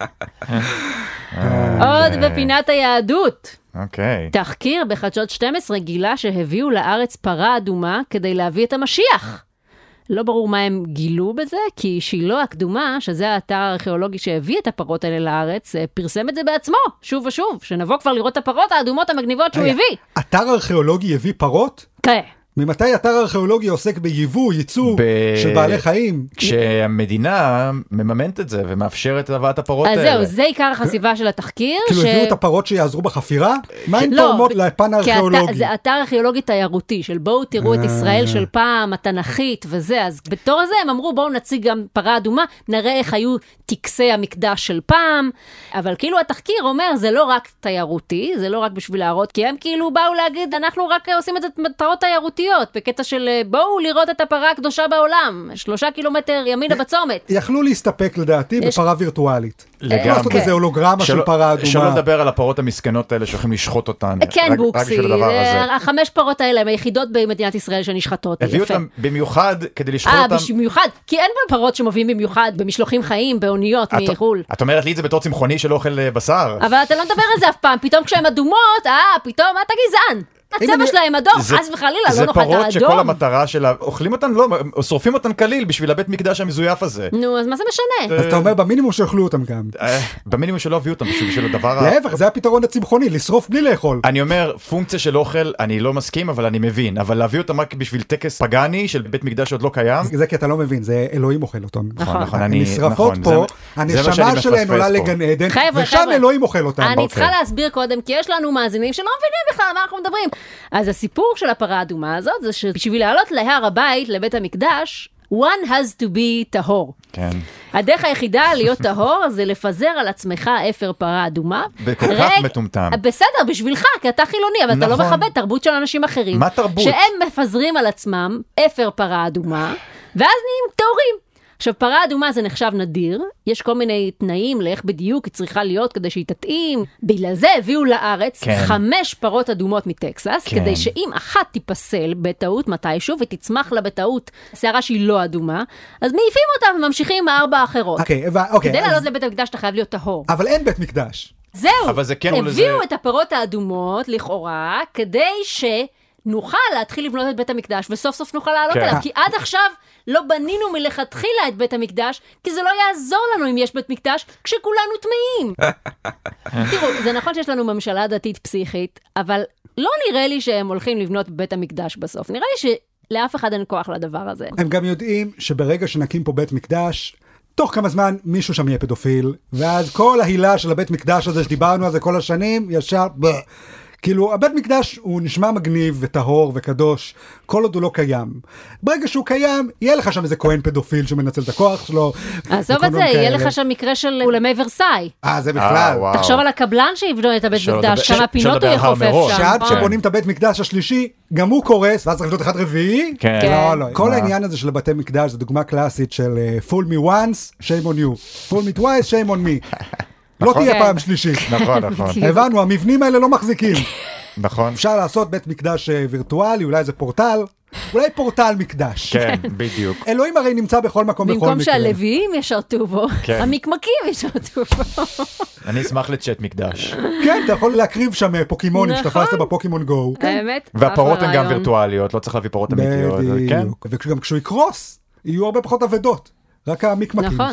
עוד בפינת היהדות. אוקיי. תחקיר בחדשות שתים עשרה גילה שהביאו לארץ פרה אדומה כדי להביא את המשיח. לא ברור מה הם גילו בזה, כי שילה הקדומה, שזה האתר הארכיאולוגי שהביא את הפרות האלה לארץ, פרסם את זה בעצמו, שוב ושוב, שנבוא כבר לראות את הפרות האדומות המגניבות שהוא רגע, הביא. אתר ארכיאולוגי הביא פרות? כן. ממתי אתר ארכיאולוגי עוסק ביבוא, ייצוא ב- של בעלי חיים? כשהמדינה מממנת את זה ומאפשרת את הבאת הפרות אז האלה. זהו, זה עיקר החשיפה של התחקיר. כאילו ש- הביאו את הפרות שיעזרו בחפירה? מה הן לא, תורמות ב- לפן כי הארכיאולוגי? אתה- זה אתר ארכיאולוגי תיירותי, של בואו תראו את ישראל של פעם, התנ"כית וזה, אז בתור זה הם אמרו בואו נציג גם פרה אדומה, נראה איך היו טקסי המקדש של פעם, אבל כאילו התחקיר אומר זה לא רק תיירותי, זה לא רק בשביל להראות, כי הם כאילו באו להגיד אנחנו רק עושים את זה מטרות תיירותיות, בקטע של בואו לראות את הפרה הקדושה בעולם, שלושה קילומטר ימינה בצומת. יכלו להסתפק לדעתי יש- בפרה וירטואלית. לגמרי. לעשות איזה הולוגרמה של שלא- פרה אדומה. שלא לדבר על הפרות המסכנות האלה שהולכים לשחוט אותן. כן, רק- רק בוקסי, בשביל הדבר הזה. החמש פרות האלה הן היחידות במדינת ישראל שנשחטות. הביאו יפה. אותם במיוחד כדי לשחוט אה, אותם. במיוחד, כי אין פרות שמביאים במיוחד במשלוחים חיים, באוניות את- מחול. את אומרת לי את זה בתור צמחוני שלא אוכל אה, בשר? אבל אתה לא מדבר על זה אף פעם, פתאום כשהן אדומות, אה, פתאום אתה גזען. הצבע שלהם אדום, חס וחלילה, לא נאכל את האדום. זה פרות שכל המטרה שלה, אוכלים אותן, לא, שורפים אותן כליל בשביל הבית מקדש המזויף הזה. נו, אז מה זה משנה? אז אתה אומר, במינימום שאוכלו אותם גם. במינימום שלא הביאו אותם בשביל הדבר... להפך, זה הפתרון הצמחוני, לשרוף בלי לאכול. אני אומר, פונקציה של אוכל, אני לא מסכים, אבל אני מבין. אבל להביא אותם רק בשביל טקס פגני של בית מקדש שעוד לא קיים. זה כי אתה לא מבין, זה אלוהים אוכל אותם. נכון, נכון, אני נשרפות פה, הנשמה שלהם עולה לגן עדן, ושם אלוהים אוכל אותם. אני צריכה להסביר קודם, כי יש לנו מאזינים שלא מבינים בכלל מה אנחנו מדברים. אז הסיפור של הפרה האדומה הזאת, זה שבשביל לעלות להר הבית, לבית המקדש, one has to be טהור. כן. הדרך היחידה להיות טהור זה לפזר על עצמך אפר פרה אדומה. וכל כך מטומטם. בסדר, בשבילך, כי אתה חילוני, אבל אתה לא מכבד תרבות של אנשים אחרים. מה תרבות? שהם מפזרים על עצמם אפר פרה אדומה, ואז נהיים טהורים. עכשיו, פרה אדומה זה נחשב נדיר, יש כל מיני תנאים לאיך בדיוק היא צריכה להיות כדי שהיא תתאים. בגלל זה הביאו לארץ כן. חמש פרות אדומות מטקסס, כן. כדי שאם אחת תיפסל בטעות מתישהו ותצמח לה בטעות שערה שהיא לא אדומה, אז מעיפים אותה וממשיכים עם הארבע האחרות. אוקיי, אוקיי. כדי אז... לעלות לבית המקדש אתה חייב להיות טהור. אבל אין בית מקדש. זהו, אבל זה כן הביאו לזה... את הפרות האדומות לכאורה, כדי ש... נוכל להתחיל לבנות את בית המקדש, וסוף סוף נוכל לעלות עליו, כי עד עכשיו לא בנינו מלכתחילה את בית המקדש, כי זה לא יעזור לנו אם יש בית מקדש, כשכולנו טמאים. תראו, זה נכון שיש לנו ממשלה דתית פסיכית, אבל לא נראה לי שהם הולכים לבנות בית המקדש בסוף. נראה לי שלאף אחד אין כוח לדבר הזה. הם גם יודעים שברגע שנקים פה בית מקדש, תוך כמה זמן מישהו שם יהיה פדופיל, ואז כל ההילה של הבית מקדש הזה שדיברנו על זה כל השנים, ישר... כאילו, הבית מקדש הוא נשמע מגניב וטהור וקדוש, כל עוד הוא לא קיים. ברגע שהוא קיים, יהיה לך שם איזה כהן פדופיל שמנצל את הכוח שלו. עזוב את זה, יהיה לך שם מקרה של אולמי ורסאי. אה, זה בכלל. תחשוב על הקבלן שיבנו את הבית מקדש, כמה פינות הוא יחופף שם. שעד שבונים את הבית מקדש השלישי, גם הוא קורס, ואז צריך לבנות אחד רביעי. כן. לא, לא. כל העניין הזה של הבתי מקדש, זה דוגמה קלאסית של fool me once, shame on you. fool me twice, shame on me. לא תהיה פעם שלישית. נכון, נכון. הבנו, המבנים האלה לא מחזיקים. נכון. אפשר לעשות בית מקדש וירטואלי, אולי זה פורטל, אולי פורטל מקדש. כן, בדיוק. אלוהים הרי נמצא בכל מקום, בכל מקרה. במקום שהלוויים ישרתו בו, המקמקים ישרתו בו. אני אשמח לצ'אט מקדש. כן, אתה יכול להקריב שם פוקימונים שתפסת בפוקימון גו. האמת. והפרות הן גם וירטואליות, לא צריך להביא פרות אמיתיות. בדיוק. וגם כשהוא יקרוס, יהיו הרבה פחות אבדות. רק המקמקים. נכון.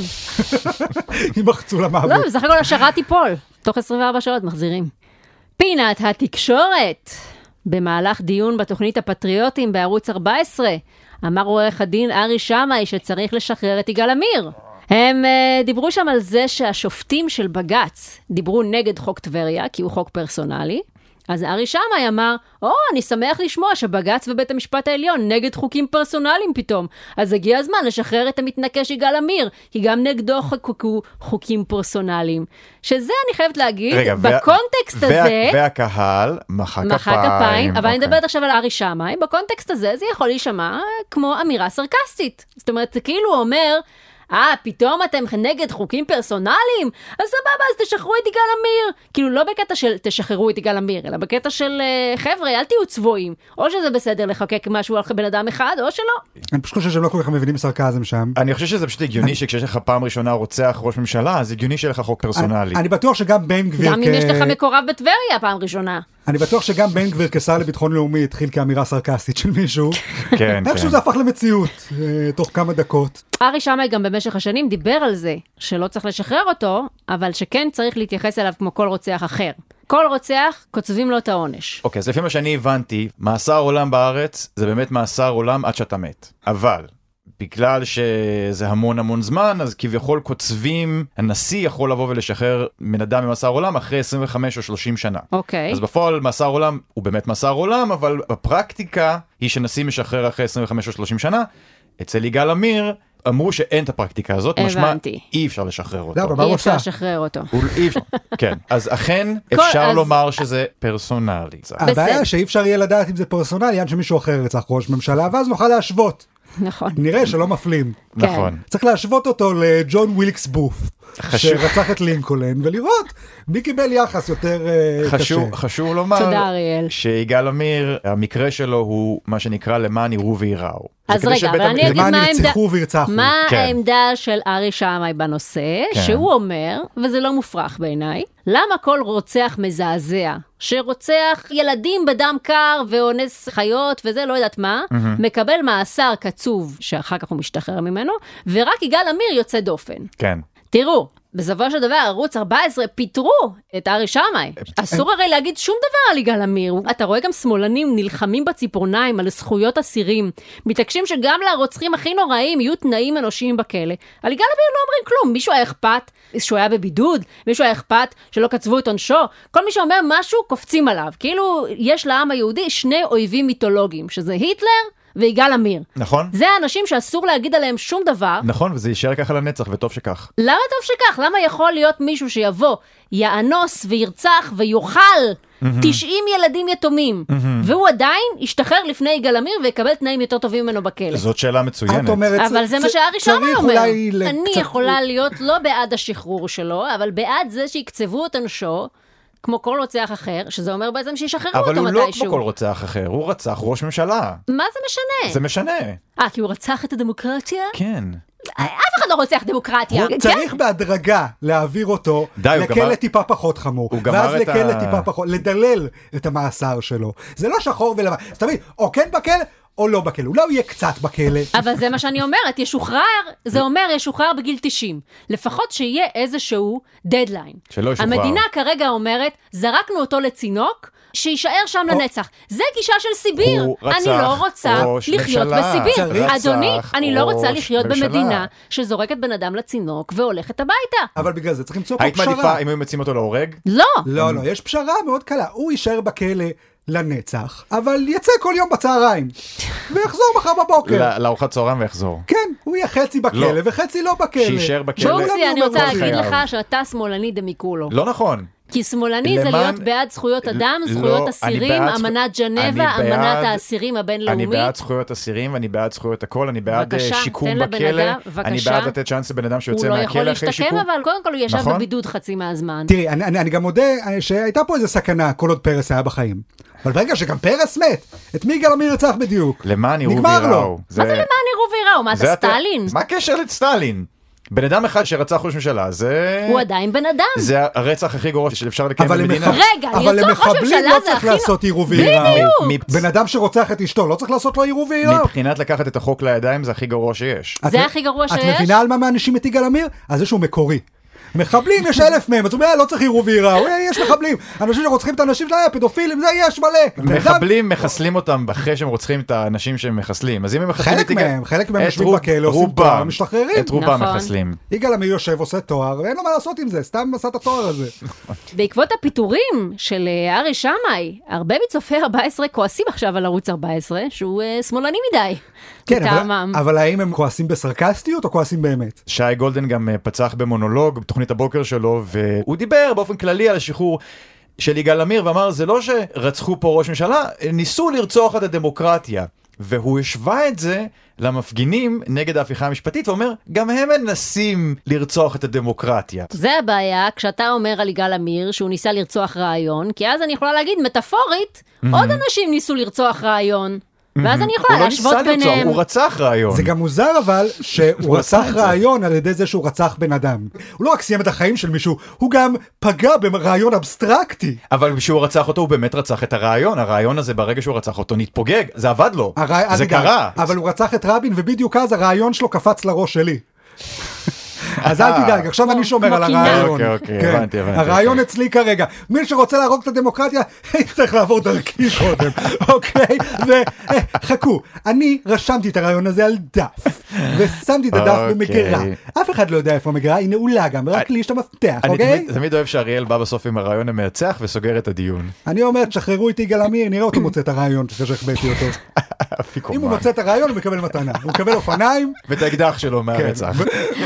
ימחצו למוות. לא, בסך הכל השרת תיפול. תוך עשרים וארבע שעות מחזירים. פינת התקשורת. במהלך דיון בתוכנית הפטריוטים בערוץ ארבע עשרה, אמר עורך הדין ארי שמאי שצריך לשחרר את יגאל עמיר. הם uh, דיברו שם על זה שהשופטים של בג"ץ דיברו נגד חוק טבריה, כי הוא חוק פרסונלי. אז ארי שמאי אמר, או, אני שמח לשמוע שבג"ץ ובית המשפט העליון נגד חוקים פרסונליים פתאום. אז הגיע הזמן לשחרר את המתנקש יגאל עמיר, כי גם נגדו חוקקו חוקים פרסונליים. שזה אני חייבת להגיד, רגע, בקונטקסט וה, הזה... וה, והקהל מחא כפיים. מחא כפיים, אבל אני מדברת עכשיו על ארי שמאי, בקונטקסט הזה זה יכול להישמע כמו אמירה סרקסטית. זאת אומרת, זה כאילו אומר... אה, פתאום אתם נגד חוקים פרסונליים? אז סבבה, אז תשחררו את יגאל עמיר. כאילו לא בקטע של תשחררו את יגאל עמיר, אלא בקטע של חבר'ה, אל תהיו צבועים. או שזה בסדר לחוקק משהו על בן אדם אחד, או שלא. אני פשוט חושב שהם לא כל כך מבינים סרקזם שם. אני חושב שזה פשוט הגיוני שכשיש לך פעם ראשונה רוצח ראש ממשלה, אז הגיוני שיהיה לך חוק פרסונלי. אני בטוח שגם בן גביר... גם אם יש לך מקורב בטבריה פעם ראשונה. אני בטוח שגם בן גביר כשר לביטחון לאומי התחיל כאמירה סרקסטית של מישהו. כן, כן. איכשהו זה הפך למציאות, תוך כמה דקות. ארי שמאי גם במשך השנים דיבר על זה, שלא צריך לשחרר אותו, אבל שכן צריך להתייחס אליו כמו כל רוצח אחר. כל רוצח, קוצבים לו את העונש. אוקיי, אז לפי מה שאני הבנתי, מאסר עולם בארץ זה באמת מאסר עולם עד שאתה מת. אבל... בגלל שזה המון המון זמן, אז כביכול קוצבים, הנשיא יכול לבוא ולשחרר בן אדם ממאסר עולם אחרי עשרים וחמש או שלושים שנה. אוקיי. אז בפועל מאסר עולם הוא באמת מאסר עולם, אבל בפרקטיקה היא שנשיא משחרר אחרי עשרים וחמש או שלושים שנה. אצל יגאל עמיר אמרו שאין את הפרקטיקה הזאת, משמע אי אפשר לשחרר אותו. אי אפשר לשחרר אותו. אי אפשר, כן. אז אכן אפשר לומר שזה פרסונלי. הבעיה שאי אפשר יהיה לדעת אם זה פרסונלי, עד שמישהו אחר רצח ראש ממשלה, ואז נוכל להשוות. נכון. נראה שלא מפלים. נכון. צריך להשוות אותו לג'ון ווילקס בוף, שרצח את לינקולן, ולראות מי קיבל יחס יותר חשוב, קשה. חשוב לומר תודה, אריאל. שיגאל עמיר, המקרה שלו הוא מה שנקרא למען יראו ויראו. אז רגע, אבל אני אגיד מה העמדה, מה כן. העמדה של ארי שמאי בנושא, כן. שהוא אומר, וזה לא מופרך בעיניי, למה כל רוצח מזעזע, שרוצח ילדים בדם קר ואונס חיות וזה לא יודעת מה, mm-hmm. מקבל מאסר קצוב שאחר כך הוא משתחרר ממנו, ורק יגאל עמיר יוצא דופן. כן. תראו, בסופו של דבר, ערוץ ארבע עשרה פיטרו את ארי שמאי. אסור הרי להגיד שום דבר על יגאל עמיר. אתה רואה גם שמאלנים נלחמים בציפורניים על זכויות אסירים, מתעקשים שגם לרוצחים הכי נוראים יהיו תנאים אנושיים בכלא. על יגאל עמיר לא אומרים כלום. מישהו היה אכפת שהוא היה בבידוד, מישהו היה אכפת שלא קצבו את עונשו. כל מי שאומר משהו קופצים עליו. כאילו יש לעם היהודי שני אויבים מיתולוגיים, שזה היטלר ויגאל עמיר. נכון. זה האנשים שאסור להגיד עליהם שום דבר. נכון, וזה יישאר ככה לנצח, וטוב שכך. למה טוב שכך? למה יכול להיות מישהו שיבוא, יאנוס וירצח ויוכל תשעים ילדים יתומים, והוא עדיין ישתחרר לפני יגאל עמיר ויקבל תנאים יותר טובים ממנו בכלא? זאת שאלה מצוינת. אבל זה מה שארי שמאי אומר. אני יכולה להיות לא בעד השחרור שלו, אבל בעד זה שיקצבו את עונשו, כמו כל רוצח אחר, שזה אומר בעצם שישחררו אותו מתישהו. אבל הוא לא כמו כל רוצח אחר, הוא רצח ראש ממשלה. מה זה משנה? זה משנה. אה, כי הוא רצח את הדמוקרטיה? כן. אף אחד לא רוצח דמוקרטיה. הוא צריך בהדרגה להעביר אותו לכלא טיפה פחות חמור, ואז לכלא טיפה פחות, לדלל את המאסר שלו. זה לא שחור ולבן. אז תמיד, או כן בכלא, או לא בכלא. אולי הוא יהיה קצת בכלא. אבל זה מה שאני אומרת, ישוחרר, זה אומר ישוחרר בגיל תשעים. לפחות שיהיה איזשהו דדליין. שלא ישוחרר. המדינה כרגע אומרת, זרקנו אותו לצינוק, שישאר שם לנצח. זה גישה של סיביר. אני לא רוצה לחיות בסיביר. אדוני, אני לא רוצה לחיות במדינה שזורקת בן אדם לצינוק והולכת הביתה. אבל בגלל זה צריך למצוא פה היית פשרה. מעדיפה אם היו מציעים אותו להורג? לא. לא, לא, יש פשרה מאוד קלה. הוא יישאר בכלא לנצח, אבל יצא כל יום בצהריים, ויחזור מחר בבוקר. לארוחת צהריים ויחזור. כן, הוא יהיה חצי בכלא וחצי לא בכלא. שישאר בכלא. בוקסי, אני רוצה להגיד לך שאתה שמאלני דמיקולו. לא נכון. כי שמאלני זה להיות בעד זכויות אדם, זכויות אסירים, אמנת ג'נבה, אמנת האסירים הבינלאומית. אני בעד זכויות אסירים, אני בעד זכויות הכל, אני בעד שיקום בכלא, אני בעד לתת צ'אנס לבן אדם שיוצא מהכלא אחרי שיקום. הוא לא יכול להשתקם, אבל קודם כל הוא ישב בבידוד חצי מהזמן. תראי, אני גם מודה שהייתה פה איזו סכנה כל עוד פרס היה בחיים. אבל ברגע שגם פרס מת, את מי יגאל עמיר ירצח בדיוק? למען יראו ויראו. מה זה למען יראו ויראו? מה, אתה סטלין? מה הקשר לסטלין? בן אדם אחד שרצח ראש ממשלה, זה... הוא עדיין בן אדם. זה הרצח הכי גרוע שאפשר לקיים במדינה. רגע, לרצוח ראש ממשלה לא צריך לעשות יראו ויראו. בן אדם שרוצח את אשתו, לא צריך לעשות לו יראו ויראו. מבחינת לקחת את החוק לידיים, זה הכי גרוע שיש. זה הכי גרוע שיש? את מבינה על מה מאנשים את יגאל עמיר? על זה שהוא מקורי. מחבלים, יש אלף מהם, אז הוא אומר, לא צריך יראו ויראו, יש מחבלים, אנשים שרוצחים את האנשים שלהם, פדופילים, זה יש מלא. מחבלים מחסלים אותם אחרי שהם רוצחים את האנשים שהם מחסלים, אז אם הם מחסלים חלק מהם, חלק מהם יושבים בכלא, עושים תואר, משתחררים. את רובם מחסלים. יגאל עמיר יושב, עושה תואר, ואין לו מה לעשות עם זה, סתם עשה את התואר הזה. בעקבות הפיטורים של ארי שמאי, הרבה מצופי ארבע עשרה כועסים עכשיו על ערוץ ארבע עשרה, שהוא שמאלני מדי. כן, אבל, אבל האם הם כועסים בסרקסטיות או כועסים באמת? שי גולדן גם פצח במונולוג בתוכנית הבוקר שלו, והוא דיבר באופן כללי על השחרור של יגאל עמיר, ואמר, זה לא שרצחו פה ראש ממשלה, ניסו לרצוח את הדמוקרטיה. והוא השווה את זה למפגינים נגד ההפיכה המשפטית, ואומר, גם הם מנסים לרצוח את הדמוקרטיה. זה הבעיה, כשאתה אומר על יגאל עמיר שהוא ניסה לרצוח רעיון, כי אז אני יכולה להגיד, מטאפורית, עוד אנשים ניסו לרצוח רעיון. ואז אני יכולה להשוות ביניהם. הוא רצח רעיון. זה גם מוזר אבל שהוא רצח רעיון על ידי זה שהוא רצח בן אדם. הוא לא רק סיים את החיים של מישהו, הוא גם פגע ברעיון אבסטרקטי. אבל כשהוא רצח אותו הוא באמת רצח את הרעיון. הרעיון הזה ברגע שהוא רצח אותו נתפוגג. זה עבד לו. זה קרה. אבל הוא רצח את רבין ובדיוק אז הרעיון שלו קפץ לראש שלי. אז אל תדאג, עכשיו אני שומר על הרעיון. הרעיון אצלי כרגע. מי שרוצה להרוג את הדמוקרטיה, צריך לעבור דרכי קודם. אוקיי? וחכו, אני רשמתי את הרעיון הזה על דף, ושמתי את הדף במגירה. אף אחד לא יודע איפה המגירה, היא נעולה גם, רק לי יש את המפתח, אוקיי? אני תמיד אוהב שאריאל בא בסוף עם הרעיון המנצח וסוגר את הדיון. אני אומר, תשחררו את יגאל עמיר, נראה אותו מוצא את הרעיון ששחבאתי אותו. אם הוא מוצא את הרעיון, הוא מקבל מתנה. הוא מקבל אופניים. ואת האקדח שלו מהרצח.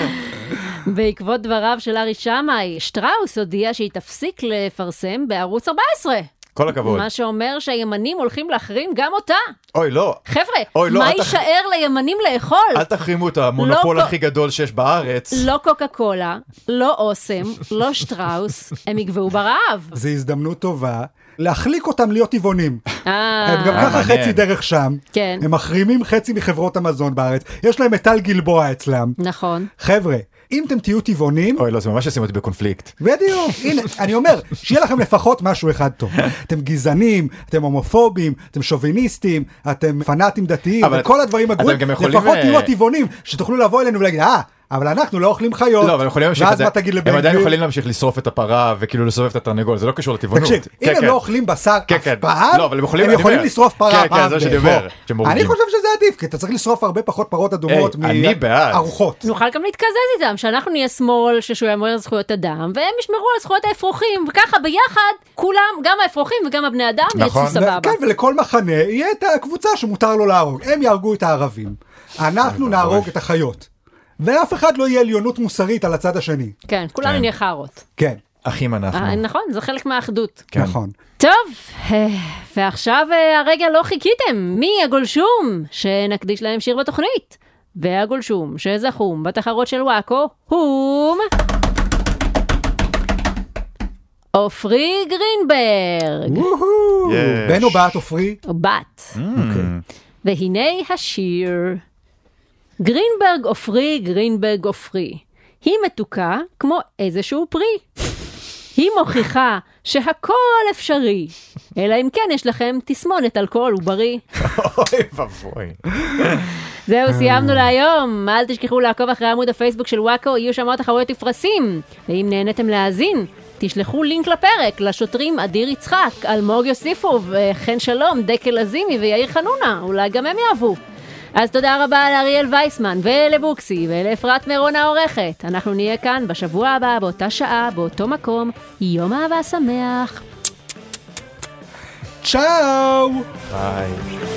בעקבות דבריו של ארי שמאי, שטראוס הודיע שהיא תפסיק לפרסם בערוץ ארבע עשרה. כל הכבוד. מה שאומר שהימנים הולכים להחרים גם אותה. אוי, לא. חבר'ה, אוי, לא, מה אל תח- יישאר לימנים לאכול? אל תחרימו את המונופול לא- הכי גדול שיש בארץ. לא קוקה קולה, לא אוסם, לא שטראוס, הם יגבעו ברעב. זו הזדמנות טובה להחליק אותם להיות טבעונים. אה, הם גם ככה מעניין. חצי דרך שם. כן. הם מחרימים חצי מחברות המזון בארץ. יש להם את טל גלבוע אצלם. נכון. חבר'ה, אם אתם תהיו טבעונים, אוי, לא, זה ממש ישים אותי בקונפליקט. בדיוק, הנה, אני אומר, שיהיה לכם לפחות משהו אחד טוב. אתם גזענים, אתם הומופובים, אתם שוביניסטים, אתם פנאטים דתיים, אבל וכל הדברים אתם הגרועים, גם יכולים, לפחות אה, תהיו הטבעונים, שתוכלו לבוא אלינו ולהגיד, אה, אבל אנחנו לא אוכלים חיות, לא, אבל הם יכולים להמשיך את ואז זה. מה תגיד לבן הם עדיין גביר? יכולים להמשיך לשרוף את הפרה וכאילו לסובב את התרנגול, זה לא קשור לטבעונות. תקשיב, כן, אם הם כן. לא אוכלים בשר כן, אף כן. פעם, לא, אבל הם יכולים- הם אני יכולים אומר. לשרוף פרה כן, כן, פעם זה שאני באירוע. אומר, שהם הורגים. אני חושב שזה עדיף, כי אתה צריך לשרוף הרבה פחות פרות אדומות היי, אני בעד. מארוחות. נוכל גם להתקזז איתם, שאנחנו נהיה שמאל ששומר על זכויות אדם, והם ישמרו על זכויות האפרוחים, וככה ביחד, כולם, גם האפרוחים וגם הבני אדם, נכון. יצאו סבבה. כן, ולכל מחנה יהיה את הקבוצה שמותר לו להרוג. הם יהרגו את הערבים. אנחנו נהרוג את החיות. ואף אחד לא יהיה עליונות מוסרית על הצד השני. כן, כולנו כן. נהיה חארות. כן, אחים אנחנו. אה, נכון, זה חלק מהאחדות. כן. נכון. טוב, אה, ועכשיו אה, הרגע לא חיכיתם, מי הגולשום שנקדיש להם שיר בתוכנית? והגולשום שזכום בתחרות של וואקו הוא עופרי גרינברג, וואו. יש. בן או בת עופרי? או בת. אוקיי. והנה השיר. גרינברג עופרי, גרינברג עופרי. היא מתוקה כמו איזשהו פרי. היא מוכיחה שהכל אפשרי. אלא אם כן יש לכם תסמונת אלכוהול ובריא. אוי ואבוי. זהו, סיימנו להיום. אל תשכחו לעקוב אחרי עמוד הפייסבוק של וואקו, יהיו שם עוד תחרויות ופרסים. ואם נהנתם להאזין, תשלחו לינק לפרק לשוטרים אדיר יצחק, אלמוג יוסיפוב, חן שלום, דקל עזימי ויאיר חנונה. אולי גם הם יאהבו. אז תודה רבה לאריאל וייסמן ולבוקסי ולאפרת מירון העורכת. אנחנו נהיה כאן בשבוע הבא, באותה שעה, באותו מקום. יום אהבה שמח. צ'או! ביי.